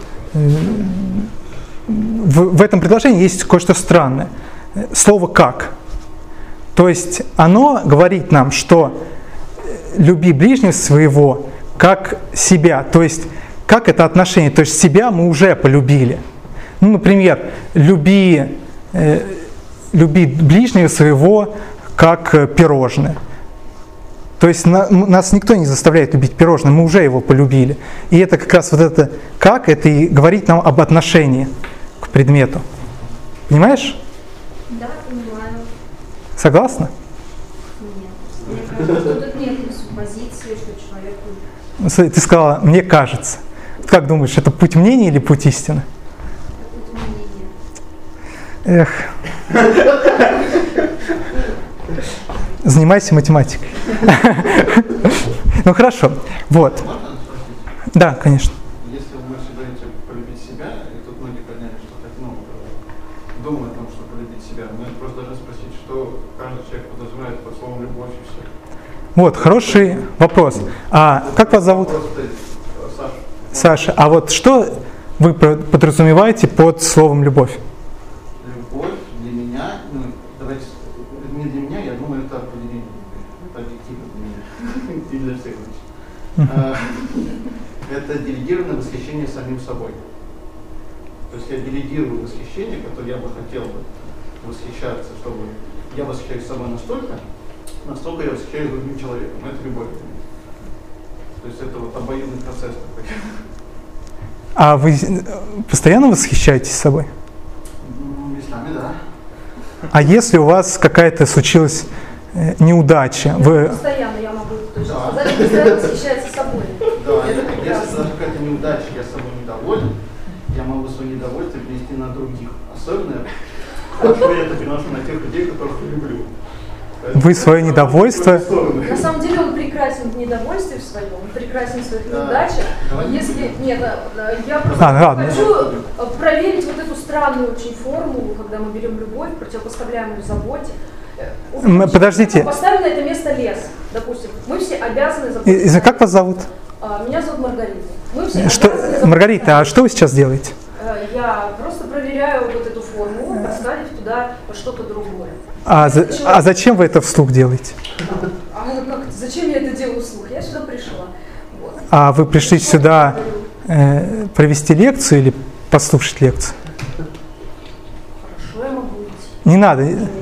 в, в этом предложении есть кое-что странное. Слово «как». То есть оно говорит нам, что люби ближнего своего как себя. То есть как это отношение? То есть себя мы уже полюбили. Ну, например, люби, э, люби ближнего своего как пирожное. То есть на, нас никто не заставляет любить пирожное, мы уже его полюбили. И это как раз вот это «как» это и говорит нам об отношении к предмету. Понимаешь? Да, понимаю. Согласна? Нет. Мне кажется, что тут нет суппозиции, что человек... Смотри, ты сказала «мне кажется». Как думаешь, это путь мнения или путь истины? Это мнение. Эх. Занимайся математикой. Ну хорошо, вот. Можно спросить? Да, конечно. Если вы говорите полюбить себя, и тут многие подняли, что так много думают о том, что полюбить себя, мы просто должны спросить, что каждый человек подразумевает под словом любовь и все. Вот, хороший вопрос. А как вас зовут? Просто Саша. Саша. А вот что вы подразумеваете под словом любовь? Любовь для меня, ну, давайте, не для меня, я думаю, это определение. Это объективно для меня. И для всех. А, это делегированное восхищение самим собой. То есть я делегирую восхищение, которое я бы хотел бы восхищаться, чтобы я восхищаюсь собой настолько, насколько я восхищаюсь другим человеком. Это любовь для меня. То есть это вот обоюдный процесс такой. А вы постоянно восхищаетесь собой? Местами, да. А если у вас какая-то случилась э, неудача, вы... Постоянно, я могу точно Да. сказать, постоянно восхищается собой. Да, Это если прекрасно. даже какая-то неудача, я собой недоволен, я могу свое недовольствие перенести на других. Особенно хорошо я это переношу на тех людей, которых я люблю. Вы свое недовольство... На самом деле он прекрасен в недовольстве в своем, он прекрасен в своих Да. неудачах. Давай не Если будем. нет, а, я просто А, ладно. хочу а, проверить вот эту странную очень формулу, когда мы берем любовь, противопоставляем ее заботе. Э, М, подождите. Поставим на это место лес, допустим. Мы все обязаны И- заботиться. и Как вас зовут? А, Меня зовут Маргарита. Мы все Что... обязаны заботиться. Маргарита, а что вы сейчас делаете? Э, Я просто проверяю вот эту формулу, поставив туда что-то другое. А, за- а зачем вы это вслух делаете? А как, зачем я это делаю вслух? Я сюда пришла. Вот. А вы пришли сюда э, провести лекцию или послушать лекцию? Хорошо, я могу идти. Не надо. Не проблема.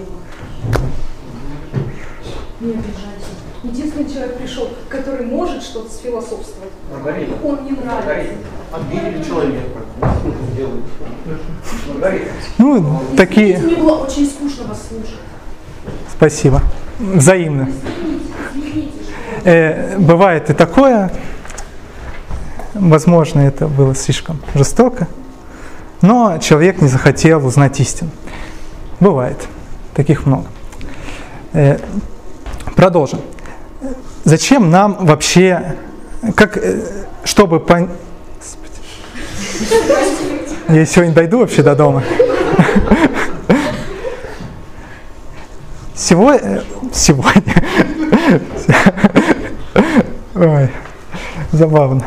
Не обижайся. Единственный человек пришел, который может что-то сфилософствовать. Маргарита. Он не нравится. Маргарита. Обидели человека. Сделали. Маргарита. Ну, такие... Мне было очень скучно вас слушать. Спасибо. Взаимно. Извините, извините, что... Э, бывает и такое. Возможно, это было слишком жестоко. Но человек не захотел узнать истину. Бывает. Таких много. Э, продолжим. Зачем нам вообще... Как, э, чтобы понять... Я сегодня дойду вообще до дома. Сегодня... Сегодня... Ой, забавно.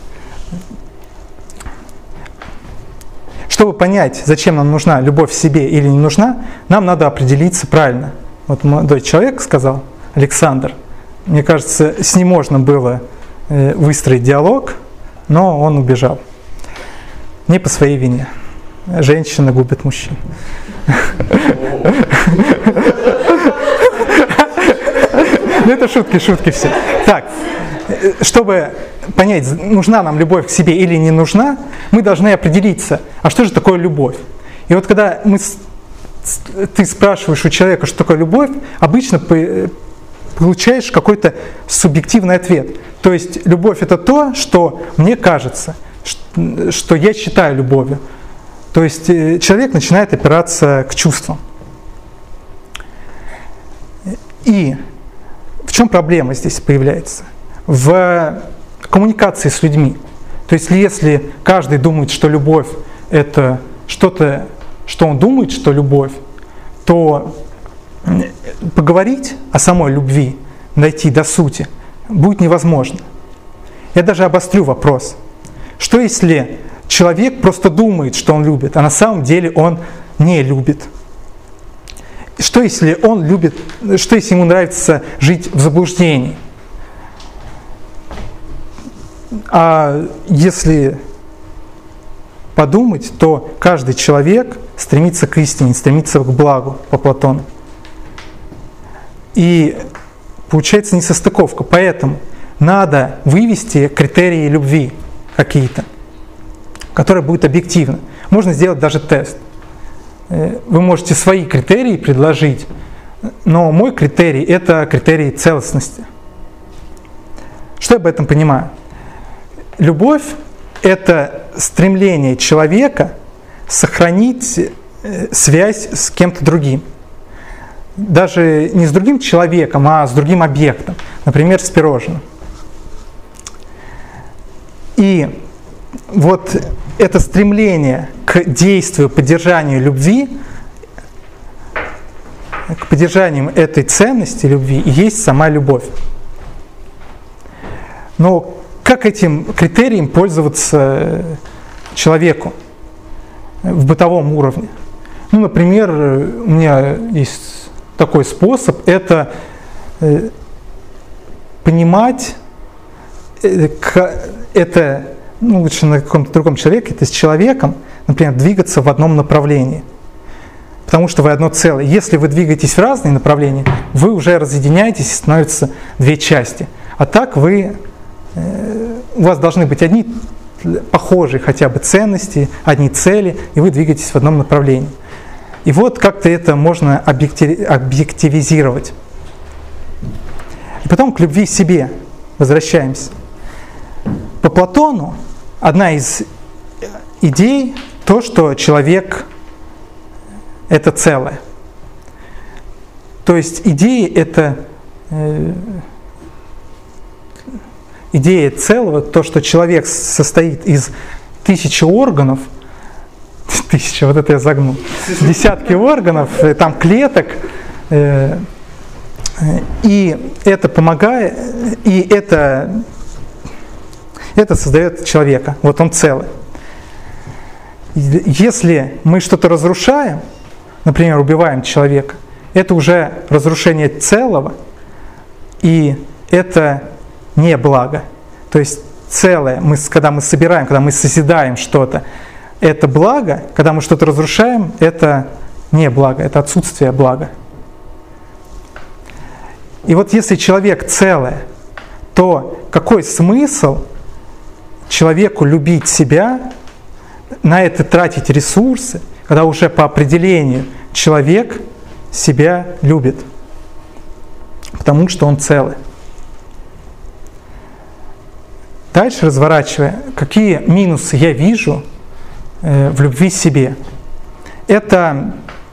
Чтобы понять, зачем нам нужна любовь в себе или не нужна, нам надо определиться правильно. Вот молодой человек сказал, Александр, мне кажется, с ним можно было э, выстроить диалог, но он убежал. Не по своей вине. Женщина губит мужчин. Ну это шутки, шутки все. Так, чтобы понять, нужна нам любовь к себе или не нужна, мы должны определиться, а что же такое любовь? И вот когда мы, ты спрашиваешь у человека, что такое любовь, обычно получаешь какой-то субъективный ответ. То есть любовь — это то, что мне кажется, что я считаю любовью. То есть человек начинает опираться к чувствам. И в чем проблема здесь появляется? В коммуникации с людьми. То есть если каждый думает, что любовь — это что-то, что он думает, что любовь, то поговорить о самой любви, дойти до сути, будет невозможно. Я даже обострю вопрос. Что если человек просто думает, что он любит, а на самом деле он не любит? Что если он любит, что если ему нравится жить в заблуждении? А если подумать, то каждый человек стремится к истине, стремится к благу по Платону. И получается несостыковка. Поэтому надо вывести критерии любви какие-то, которые будут объективны. Можно сделать даже тест. Вы можете свои критерии предложить, но мой критерий – это критерий целостности. Что я об этом понимаю? Любовь – это стремление человека сохранить связь с кем-то другим. Даже не с другим человеком, а с другим объектом. Например, с пирожным. И вот это стремление к действию, поддержанию любви, к поддержанию этой ценности любви и есть сама любовь. Но как этим критерием пользоваться человеку в бытовом уровне? Ну, например, у меня есть такой способ, это понимать, это, ну, лучше на каком-то другом человеке, это с человеком, например, двигаться в одном направлении. Потому что вы одно целое. Если вы двигаетесь в разные направления, вы уже разъединяетесь и становятся две части. А так вы у вас должны быть одни похожие хотя бы ценности, одни цели, и вы двигаетесь в одном направлении. И вот как-то это можно объективизировать. И потом к любви к себе возвращаемся. По Платону одна из идей то, что человек – это целое. То есть идея – это э, идея целого, то, что человек состоит из тысячи органов, тысяча, вот это я загнул, десятки органов, там клеток, э, и это помогает, и это, это создает человека, вот он целый. Если мы что-то разрушаем, например, убиваем человека, это уже разрушение целого, и это не благо. То есть целое, мы, когда мы собираем, когда мы созидаем что-то, это благо, когда мы что-то разрушаем, это не благо, это отсутствие блага. И вот если человек целое, то какой смысл человеку любить себя, на это тратить ресурсы, когда уже по определению человек себя любит, потому что он целый. Дальше разворачивая, какие минусы я вижу э, в любви к себе. Это,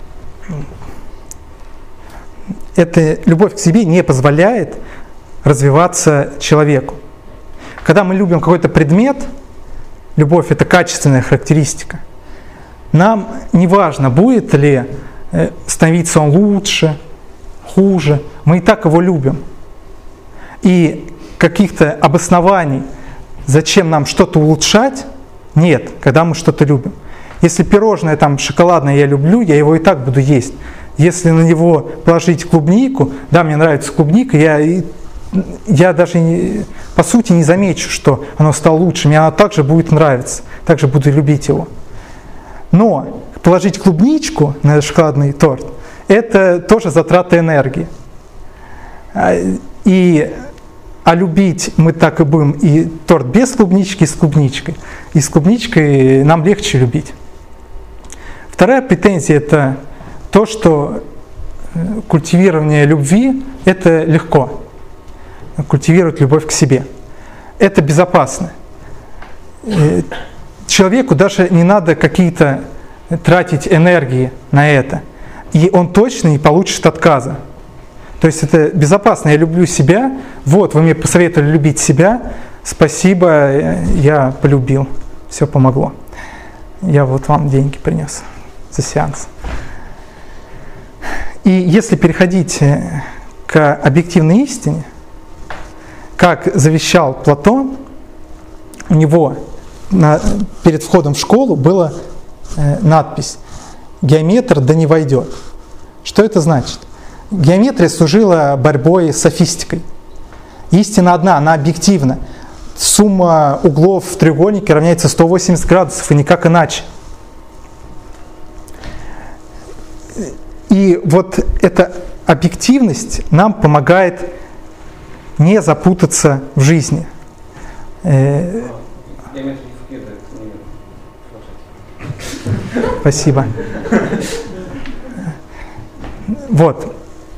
это любовь к себе не позволяет развиваться человеку. Когда мы любим какой-то предмет, любовь – это качественная характеристика. Нам не важно, будет ли становиться он лучше, хуже. Мы и так его любим. И каких-то обоснований, зачем нам что-то улучшать, нет, когда мы что-то любим. Если пирожное там шоколадное я люблю, я его и так буду есть. Если на него положить клубнику, да, мне нравится клубника, я, я даже не, по сути не замечу, что оно стало лучше, мне оно также будет нравиться, также буду любить его. Но положить клубничку на шоколадный торт – это тоже затрата энергии. И, а любить мы так и будем и торт без клубнички, и с клубничкой. И с клубничкой нам легче любить. Вторая претензия – это то, что культивирование любви – это легко. Культивировать любовь к себе. Это безопасно. Человеку даже не надо какие-то тратить энергии на это. И он точно не получит отказа. То есть это безопасно. Я люблю себя. Вот, вы мне посоветовали любить себя. Спасибо, я полюбил. Все помогло. Я вот вам деньги принес за сеанс. И если переходить к объективной истине, как завещал Платон, у него на, перед входом в школу была э, надпись «Геометр да не войдет». Что это значит? Геометрия служила борьбой с софистикой. Истина одна, она объективна. Сумма углов в треугольнике равняется сто восемьдесят градусов, и никак иначе. И вот эта объективность нам помогает не запутаться в жизни. Спасибо. Вот.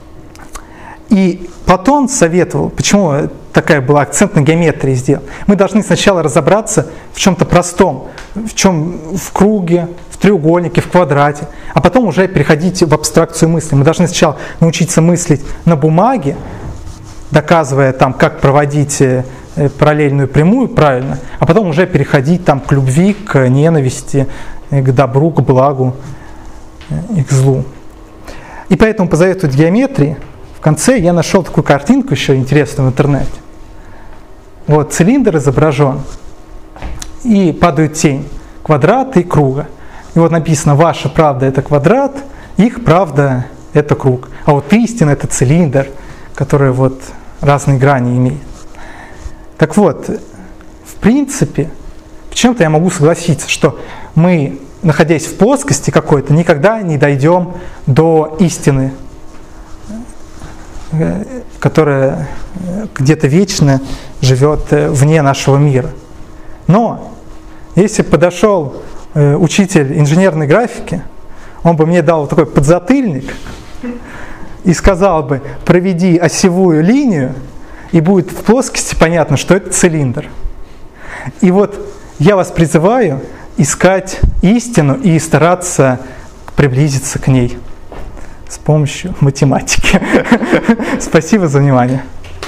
И Платон советовал, почему такая была акцент на геометрии сделан. Мы должны сначала разобраться в чем-то простом, в чем в круге, в треугольнике, в квадрате, а потом уже переходить в абстракцию мысли. Мы должны сначала научиться мыслить на бумаге, доказывая там, как проводить параллельную прямую правильно, а потом уже переходить там к любви, к ненависти, к добру, к благу и к злу. И поэтому по завету геометрии в конце я нашел такую картинку еще интересную в интернете. Вот цилиндр изображен, и падают тень квадрата и круга. И вот написано: ваша правда – это квадрат, их правда – это круг. А вот истина – это цилиндр, который вот разные грани имеет. Так вот, в принципе, в чем-то я могу согласиться, что мы, находясь в плоскости какой-то, никогда не дойдем до истины которая где-то вечно живет вне нашего мира. Но если бы подошел учитель инженерной графики, он бы мне дал такой подзатыльник и сказал бы: проведи осевую линию, и будет в плоскости понятно, что это цилиндр. И вот я вас призываю искать истину и стараться приблизиться к ней с помощью математики. Спасибо за внимание.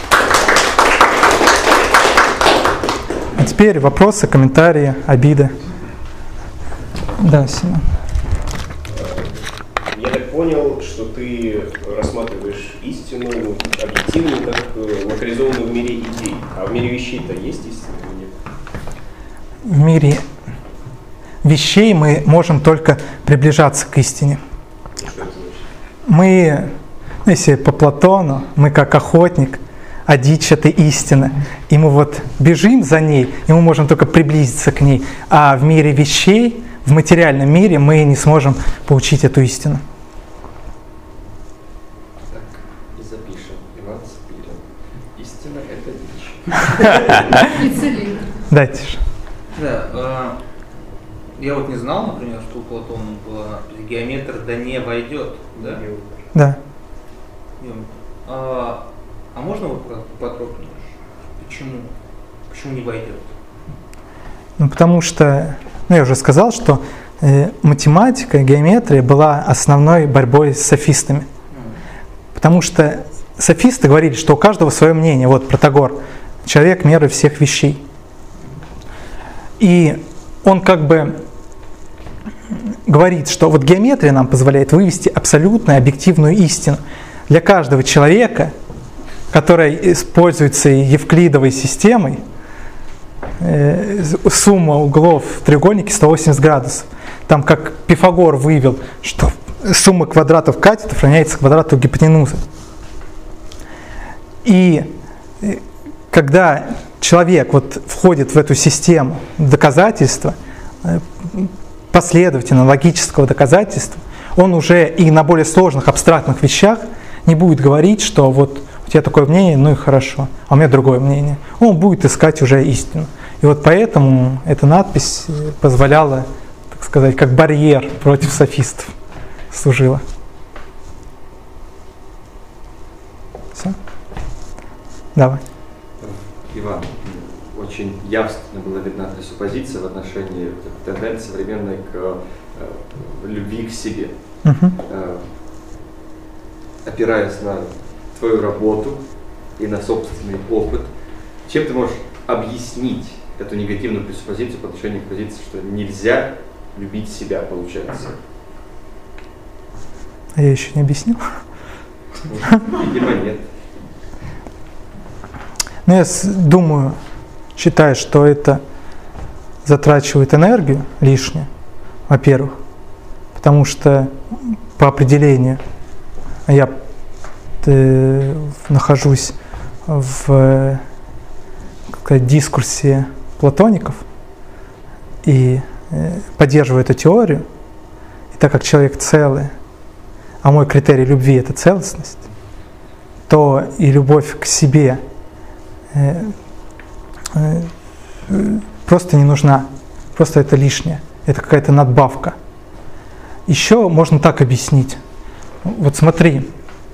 А теперь вопросы, комментарии, обиды. Да, Симон. Я так понял, что ты рассматриваешь истину, ну, объективную, как локализованную в мире идей. А в мире вещей-то есть истина или нет? В мире вещей мы можем только приближаться к истине. Что это значит? Мы, если по Платону, мы как охотник, а дичь — это истина. И мы вот бежим за ней, и мы можем только приблизиться к ней. А в мире вещей, в материальном мире мы не сможем получить эту истину. Так, и запишем. Иван Спирин. Истина — это дичь. И цилиндр. Дайте же. Да, э, я вот не знал, например, что у Платона была геометр да не войдет, да? Да. А, а можно вот подробнее? Почему? Почему не войдет? Ну, потому что, ну, я уже сказал, что э, математика, геометрия была основной борьбой с софистами. Потому что софисты говорили, что у каждого свое мнение. Вот Протагор, человек меры всех вещей. И он как бы говорит, что вот геометрия нам позволяет вывести абсолютную объективную истину. Для каждого человека, который используется евклидовой системой, э, сумма углов в треугольнике сто восемьдесят градусов. Там как Пифагор вывел, что сумма квадратов катетов равняется квадрату гипотенузы. И когда человек вот входит в эту систему доказательства, последовательно логического доказательства, он уже и на более сложных абстрактных вещах не будет говорить, что вот у тебя такое мнение, ну и хорошо, а у меня другое мнение. Он будет искать уже истину. И вот поэтому эта надпись позволяла, так сказать, как барьер против софистов служила. Все? Давай. Иван, очень явственно была видна пресуппозиция в отношении тенденции современной к э, любви к себе. Угу. Э, опираясь на твою работу и на собственный опыт, чем ты можешь объяснить эту негативную пресуппозицию по отношению к позиции, что нельзя любить себя, получается? А я еще не объяснил? Видимо, нет. Ну, я думаю, считаю, что это затрачивает энергию лишнюю, во-первых, потому что по определению я э, нахожусь в э, как, дискурсе платоников и э, поддерживаю эту теорию. И так как человек целый, а мой критерий любви — это целостность, то и любовь к себе э, э, просто не нужна, просто это лишнее, это какая-то надбавка. Еще можно так объяснить. Вот смотри,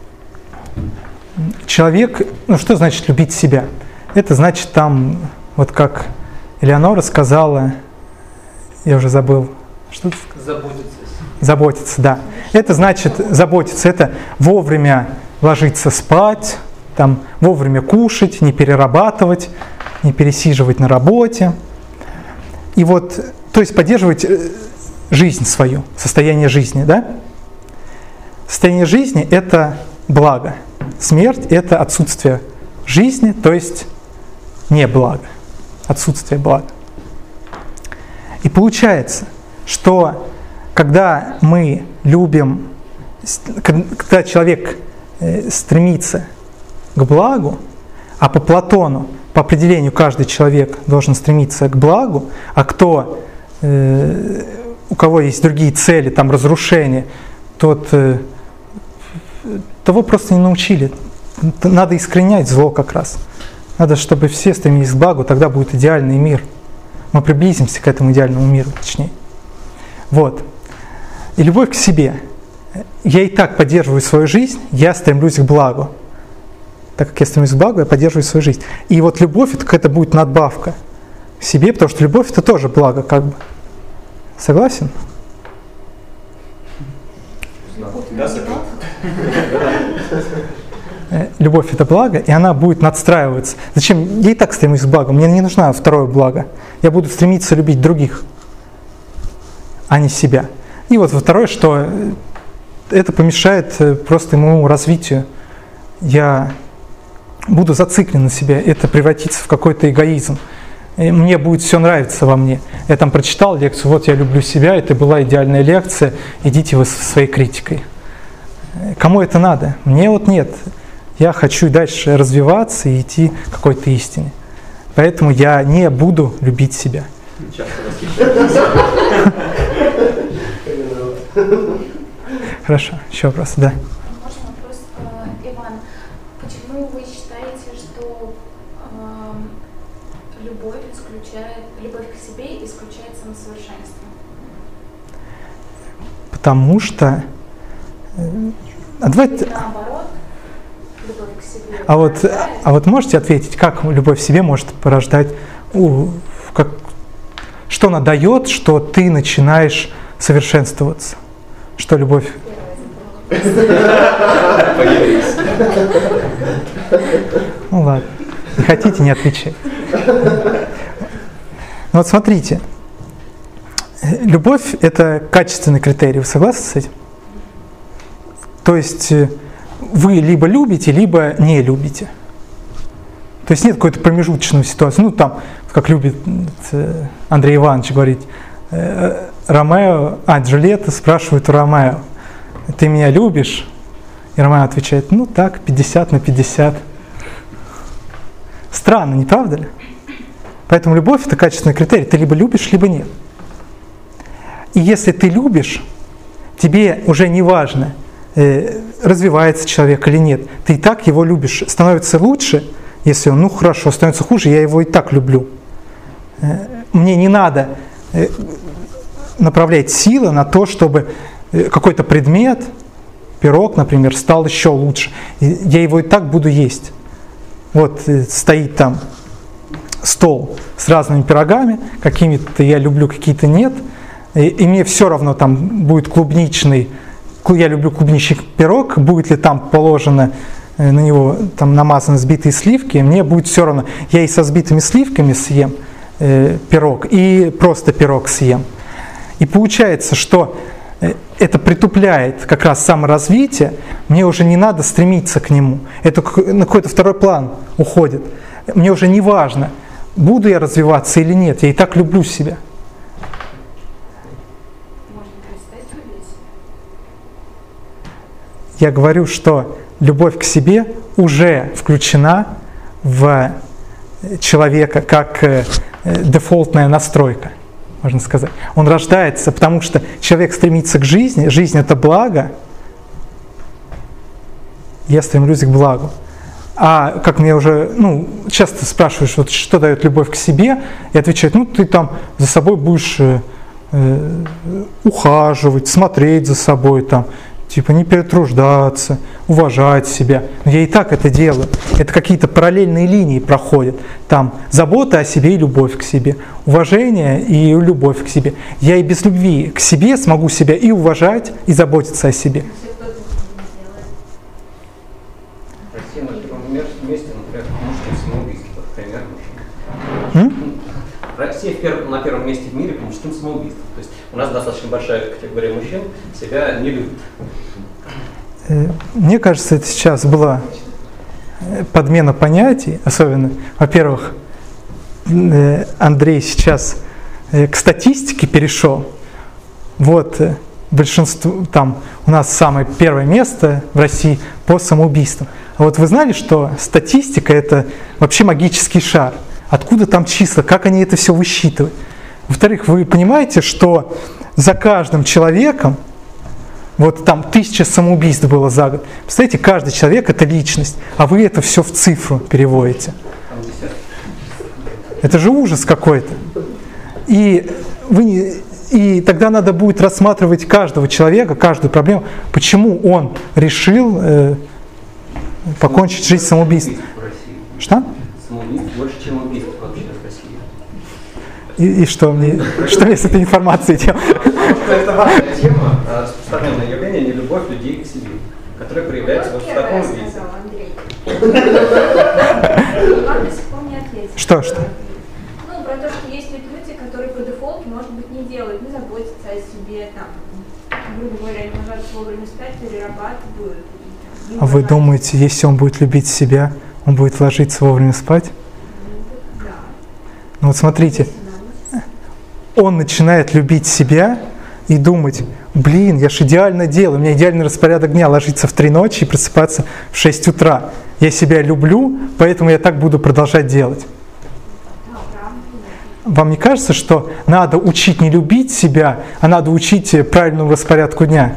человек, ну что значит любить себя? Это значит там, вот как Элеонора сказала, я уже забыл, что ты сказала? Заботиться. Заботиться, да. Это значит заботиться, это вовремя ложиться спать, там, вовремя кушать, не перерабатывать, не пересиживать на работе. И вот, то есть поддерживать жизнь свою, состояние жизни, да? Состояние жизни – это благо. Смерть – это отсутствие жизни, то есть не благо, отсутствие блага. И получается, что когда мы любим, когда человек стремится к благу, а по Платону, по определению, каждый человек должен стремиться к благу, а кто, э, у кого есть другие цели, там разрушение, тот, э, того просто не научили надо искоренять зло как раз. Надо, чтобы все стремились к благу, тогда будет идеальный мир. Мы приблизимся к этому идеальному миру, точнее. Вот. И любовь к себе. Я и так поддерживаю свою жизнь, я стремлюсь к благу. Так как я стремлюсь к благу, я поддерживаю свою жизнь. И вот любовь, это какая-то будет надбавка к себе, потому что любовь это тоже благо, как бы. Согласен? Да, согласен. Любовь это благо, и она будет надстраиваться. Зачем? Я и так стремлюсь к благу, мне не нужно второе благо. Я буду стремиться любить других, а не себя. И вот второе, что это помешает просто моему развитию. Я буду зациклен на себе, это превратится в какой-то эгоизм. И мне будет все нравиться во мне. Я там прочитал лекцию, вот я люблю себя, это была идеальная лекция, идите вы со своей критикой. Кому это надо? Мне вот нет. Я хочу дальше развиваться и идти к какой-то истине. Поэтому я не буду любить себя. Хорошо, еще вопрос, да. Можно вопрос, Иван? Почему вы считаете, что э, любовь исключает, любовь к себе исключает самосовершенство? Потому что... А давайте... Наоборот, любовь к себе. А вот, а вот можете ответить, как любовь к себе может порождать, у, как, что она дает, что ты начинаешь совершенствоваться? Что любовь? Ну ладно, не хотите, не отвечать. Ну вот смотрите, любовь это качественный критерий, вы согласны с этим? То есть вы либо любите, либо не любите. То есть нет какой-то промежуточной ситуации. Ну там, как любит Андрей Иванович говорить, Ромео, а Джульетта спрашивает у Ромео: ты меня любишь? И Ромео отвечает: ну так, пятьдесят на пятьдесят. Странно, не правда ли? Поэтому любовь это качественный критерий. Ты либо любишь, либо нет. И если ты любишь, тебе уже не важно, развивается человек или нет. Ты и так его любишь. Становится лучше, если он, ну хорошо, становится хуже, я его и так люблю. Мне не надо направлять силы на то, чтобы какой-то предмет, пирог, например, стал еще лучше. Я его и так буду есть. Вот стоит там стол с разными пирогами, какими-то я люблю, какие-то нет. И, и мне все равно там будет клубничный, я люблю клубничный пирог, будет ли там положено на него там намазаны сбитые сливки, мне будет все равно. Я и со сбитыми сливками съем э, пирог, и просто пирог съем. И получается, что это притупляет как раз саморазвитие, мне уже не надо стремиться к нему. Это на какой-то второй план уходит. Мне уже не важно, буду я развиваться или нет, я и так люблю себя. Я говорю, что любовь к себе уже включена в человека как дефолтная настройка, можно сказать. Он рождается, потому что человек стремится к жизни, жизнь это благо, я стремлюсь к благу. А как мне уже, ну, часто спрашиваешь, вот, что дает любовь к себе, и отвечают: ну, ты там за собой будешь э, э, ухаживать, смотреть за собой, там, типа не перетруждаться, уважать себя. Но я и так это делаю. Это какие-то параллельные линии проходят. Там забота о себе и любовь к себе, уважение и любовь к себе. Я и без любви к себе смогу себя и уважать, и заботиться о себе. Россия на первом месте, например, мужским самоубийством, примерно. Россия на первом месте в мире по мужским самоубийствам. То есть у нас достаточно большая категория мужчин себя не любит. Мне кажется, это сейчас была подмена понятий, особенно, во-первых, Андрей сейчас к статистике перешел. Вот большинство, там у нас самое первое место в России по самоубийствам. А вот вы знали, что статистика это вообще магический шар? Откуда там числа, как они это все высчитывают? Во-вторых, вы понимаете, что за каждым человеком Вот там тысяча самоубийств было за год. Представляете, каждый человек – это личность, а вы это все в цифру переводите. Это же ужас какой-то. И, вы не, и тогда надо будет рассматривать каждого человека, каждую проблему, почему он решил э, покончить жизнь самоубийством. Что? Самоубийств больше, чем убийств вообще в России. И, и что мне, что мне с этой информацией делать? Это важная тема, распространенное явление нелюбовь людей к себе, которая проявляется вот в таком виде. Вам до сих пор не ответили. Что, что? Ну, про то, что есть люди, которые по дефолту, может быть, не делают, не заботятся о себе, там, грубо говоря, не ложатся вовремя спать, перерабатывают. Там, А вы думаете, если он будет любить себя, он будет ложиться вовремя спать? Да. Ну вот смотрите, он начинает любить себя и думать, блин, я же идеально делаю, у меня идеальный распорядок дня, ложиться в три ночи и просыпаться в шесть утра. Я себя люблю, поэтому я так буду продолжать делать. Вам не кажется, что надо учить не любить себя, а надо учить правильному распорядку дня?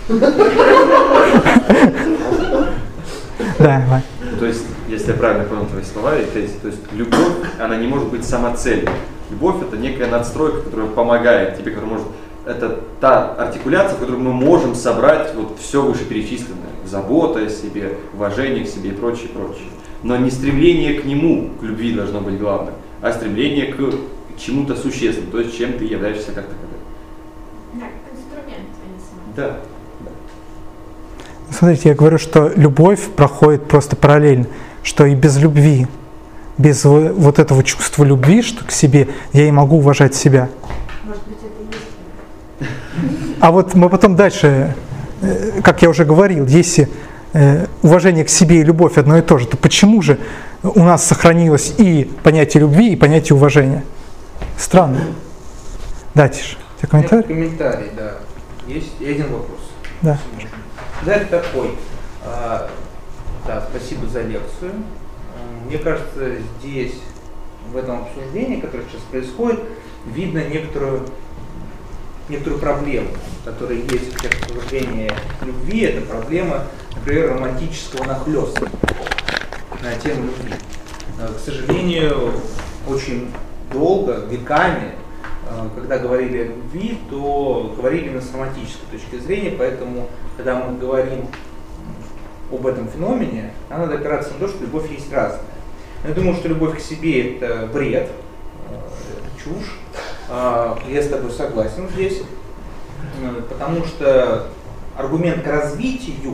Да, Вань. То есть, если я правильно понял твои слова, то есть, то есть любовь, она не может быть самоцелью. Любовь – это некая надстройка, которая помогает тебе, которая может… Это та артикуляция, в которой мы можем собрать вот все вышеперечисленное. Забота о себе, уважение к себе и прочее, прочее. Но не стремление к нему, к любви должно быть главным, а стремление к чему-то существенному, то есть чем ты являешься как таковым. Да, как инструмент, а не сам. Да. Смотрите, я говорю, что любовь проходит просто параллельно, что и без любви, без вот этого чувства любви, что к себе, я и могу уважать себя. Может быть, это и есть. А вот мы потом дальше, как я уже говорил, если уважение к себе и любовь одно и то же, то почему же у нас сохранилось и понятие любви, и понятие уважения? Странно. Да, Тиша, у тебя комментарий? Комментарий, да. Есть и один вопрос. Да. Да, это такой. А, да, спасибо за лекцию. Мне кажется, здесь, в этом обсуждении, которое сейчас происходит, видно некоторую, некоторую проблему, которая есть в обсуждении любви. Это проблема, например, романтического нахлёста на тему любви. К сожалению, очень долго, веками, когда говорили о любви, то говорили именно с романтической точки зрения, поэтому, когда мы говорим об этом феномене, нам надо опираться на то, что любовь есть разная. Я думаю, что любовь к себе – это бред, это чушь. Я с тобой согласен здесь, потому что аргумент к развитию,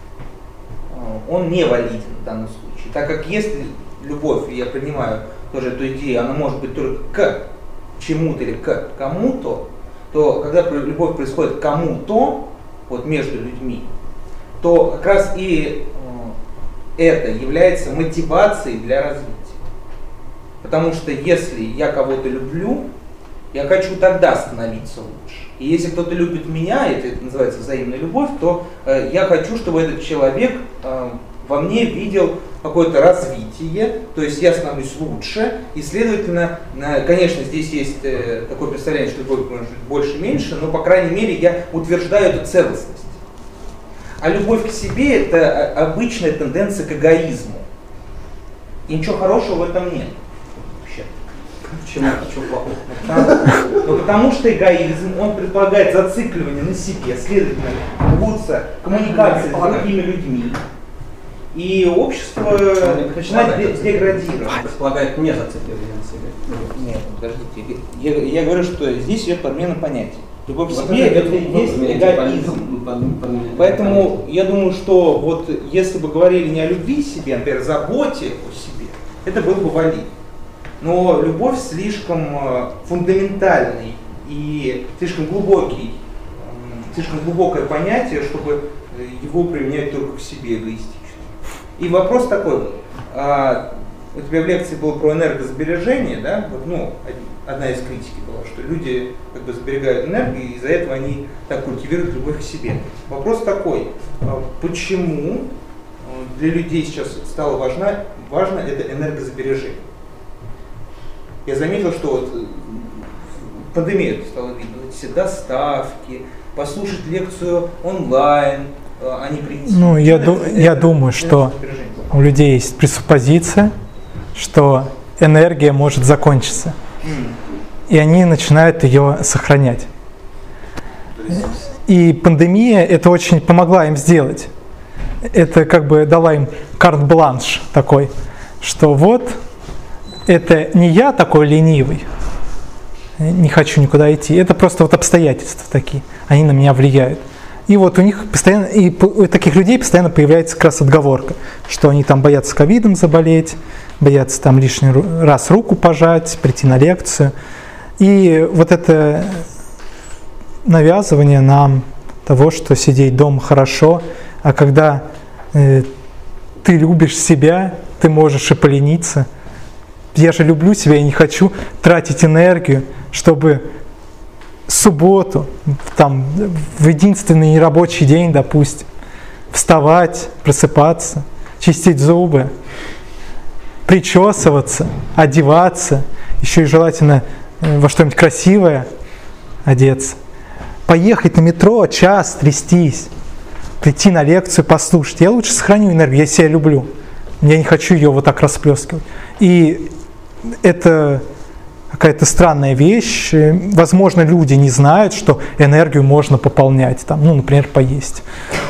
он не валиден в данном случае, так как если любовь, я принимаю тоже эту идею, она может быть только к чему-то или к кому-то, то когда любовь происходит к кому-то, вот между людьми, то как раз и э, это является мотивацией для развития. Потому что если я кого-то люблю, я хочу тогда становиться лучше. И если кто-то любит меня, это, это называется взаимная любовь, то э, я хочу, чтобы этот человек э, во мне видел какое-то развитие, то есть я становлюсь лучше, и, следовательно, конечно, здесь есть э, такое представление, что любовь может быть больше-меньше, но, по крайней мере, я утверждаю эту целостность. А любовь к себе – это обычная тенденция к эгоизму. И ничего хорошего в этом нет. Вообще. Почему? Что плохого? Потому, ну, потому что эгоизм, он предполагает зацикливание на себе, следовательно, рвутся коммуникации с другими людьми. И общество начинает деградировать. Предполагает не зацикливание на себе. Нет, подождите. Я, я говорю, что здесь идет подмена понятий. Любовь к себе – это есть эгоизм. Поэтому я думаю, что вот если бы говорили не о любви к себе, а, например, заботе о себе, это был бы валид. Но любовь слишком фундаментальный и слишком глубокий, слишком глубокое понятие, чтобы его применять только к себе эгоистично. И вопрос такой, а, у тебя в лекции было про энергосбережение, да? Вот, ну, одна из критики была, что люди как бы сберегают энергию, и из-за этого они так культивируют любовь к себе. Вопрос такой, а почему для людей сейчас стало важно, важно это энергосбережение? Я заметил, что вот пандемия это стало видно. вот все доставки, послушать лекцию онлайн, а не прийти. Ну, я, ду- я думаю, что у людей есть пресуппозиция, что энергия может закончиться. И они начинают ее сохранять. И пандемия это очень помогла им сделать. Это как бы дала им карт-бланш такой, что вот это не я такой ленивый, не хочу никуда идти, это просто вот обстоятельства такие, они на меня влияют. И вот у них постоянно, и у таких людей постоянно появляется как раз отговорка, что они там боятся ковидом заболеть, боятся там лишний раз руку пожать, прийти на лекцию. И вот это навязывание нам того, что сидеть дома хорошо, а когда э, ты любишь себя, ты можешь и полениться. Я же люблю себя и не хочу тратить энергию, чтобы субботу, там, в единственный нерабочий день, допустим, вставать, просыпаться, чистить зубы, причесываться, одеваться, еще и желательно во что-нибудь красивое одеться, поехать на метро, час трястись, прийти на лекцию, послушать. Я лучше сохраню энергию, я себя люблю, я не хочу ее вот так расплескивать. И это какая-то странная вещь. Возможно, люди не знают, что энергию можно пополнять. Там, ну, например, поесть.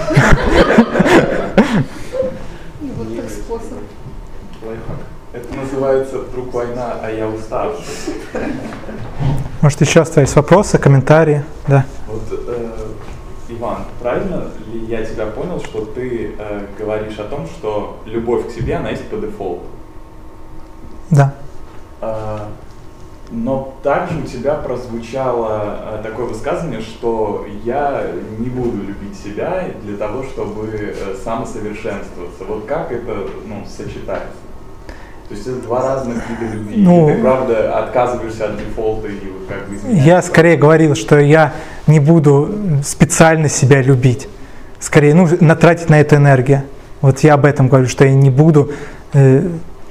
Вот так способ. Это называется «Вдруг война, а я уставший». Может, еще остались вопросы, комментарии? Да. Вот, э, Иван, правильно ли я тебя понял, что ты э, говоришь о том, что любовь к себе, она есть по дефолту? Да. Э, но также у тебя прозвучало э, такое высказывание, что я не буду любить себя для того, чтобы э, самосовершенствоваться. Вот как это, ну, сочетается? То есть это два разных вида любви. Ну, и ты, правда, отказываешься от дефолта и вот как бы изменяешь. Я скорее говорил, что я не буду специально себя любить. Скорее, ну, натратить на это энергию. Вот я об этом говорю, что я не буду, э,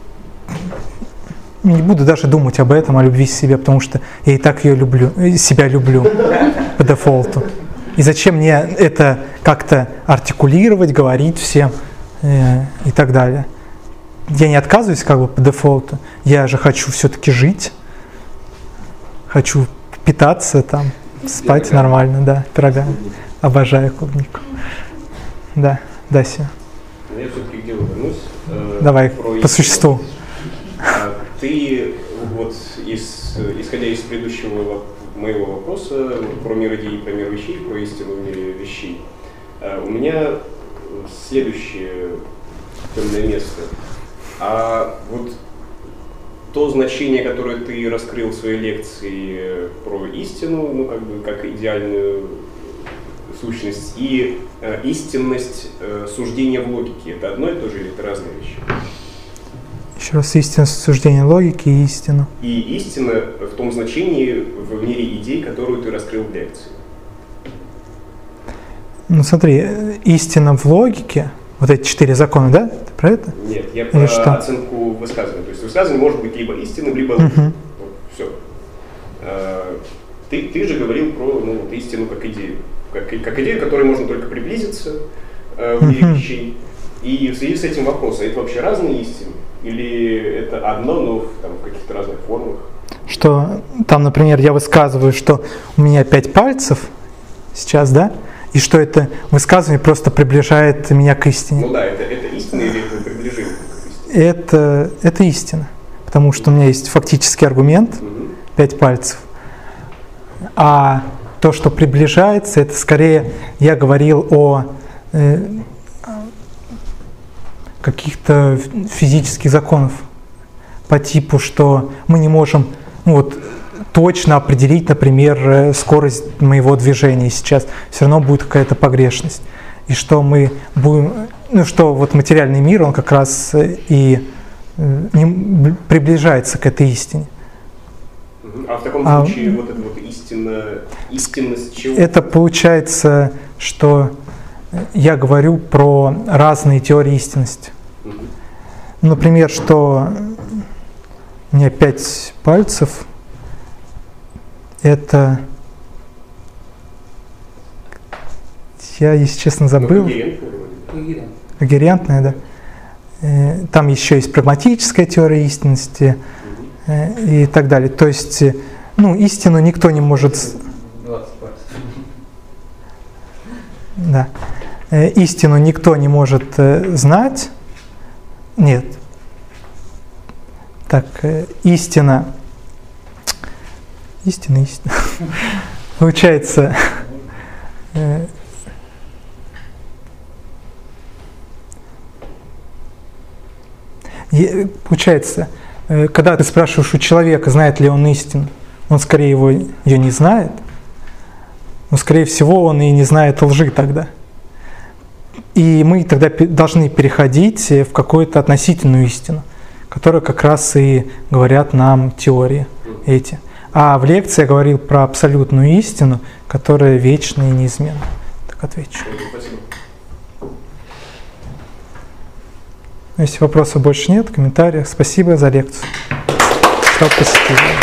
не буду даже думать об этом, о любви к себе, потому что я и так ее люблю, себя люблю по дефолту. И зачем мне это как-то артикулировать, говорить всем э, и так далее. Я не отказываюсь как бы по дефолту, я же хочу все-таки жить, хочу питаться, там, спать пирога. Нормально, да, пирогами. Обожаю клубнику. Да, да, Сеня. Я все-таки к делу вернусь. Э, Давай, по существу. А, ты, вот, из, исходя из предыдущего моего вопроса про мир идей, про мир вещей, про истину в мире вещей, э, у меня следующее темное место. А вот то значение, которое ты раскрыл в своей лекции про истину, ну как бы как идеальную сущность, и э, истинность э, суждения в логике, это одно и то же или это разные вещи? Еще раз, истинность суждения логики и истину. И истина в том значении в мире идей, которую ты раскрыл в лекции. Ну смотри, истина в логике, вот эти четыре закона, да? Ты про это? Нет, я Или про что? оценку высказывания. То есть высказывание может быть либо истинным, либо ложным. Uh-huh. Вот, все. А, ты, ты же говорил про ну, вот, истину как идею. Как, как идею, к которой можно только приблизиться э, в мире uh-huh. вещей. И в связи с этим вопросом, это вообще разные истины? Или это одно, но в, там, в каких-то разных формах? Что там, например, я высказываю, что у меня пять пальцев сейчас, да? И что это высказывание просто приближает меня к истине. Ну да, это, это истина или это приближение к истине? Это, это истина, потому что у меня есть фактический аргумент, угу. пять пальцев. А то, что приближается, это скорее, я говорил о э, каких-то физических законах по типу, что мы не можем, ну вот, точно определить, например, скорость моего движения сейчас, все равно будет какая-то погрешность. И что мы будем, ну что вот материальный мир, он как раз и не приближается к этой истине. А в таком а, случае вот эта вот истина, истинность чего? Это получается, что я говорю про разные теории истинности. Угу. Например, что у меня пять пальцев. Это я, если честно, забыл. Когерентная, да. Там еще есть прагматическая теория истинности и так далее. То есть, ну, истину никто не может... Да. Истину никто не может знать. Нет. Так, истина... Истина, истина. Получается... Получается, когда ты спрашиваешь у человека, знает ли он истину, он скорее его, ее не знает, но скорее всего он и не знает лжи тогда. И мы тогда должны переходить в какую-то относительную истину, которая как раз и говорят нам теории эти. А в лекции я говорил про абсолютную истину, которая вечна и неизменна. Так отвечу. Если вопросов больше нет, комментариев, спасибо за лекцию, что посетили.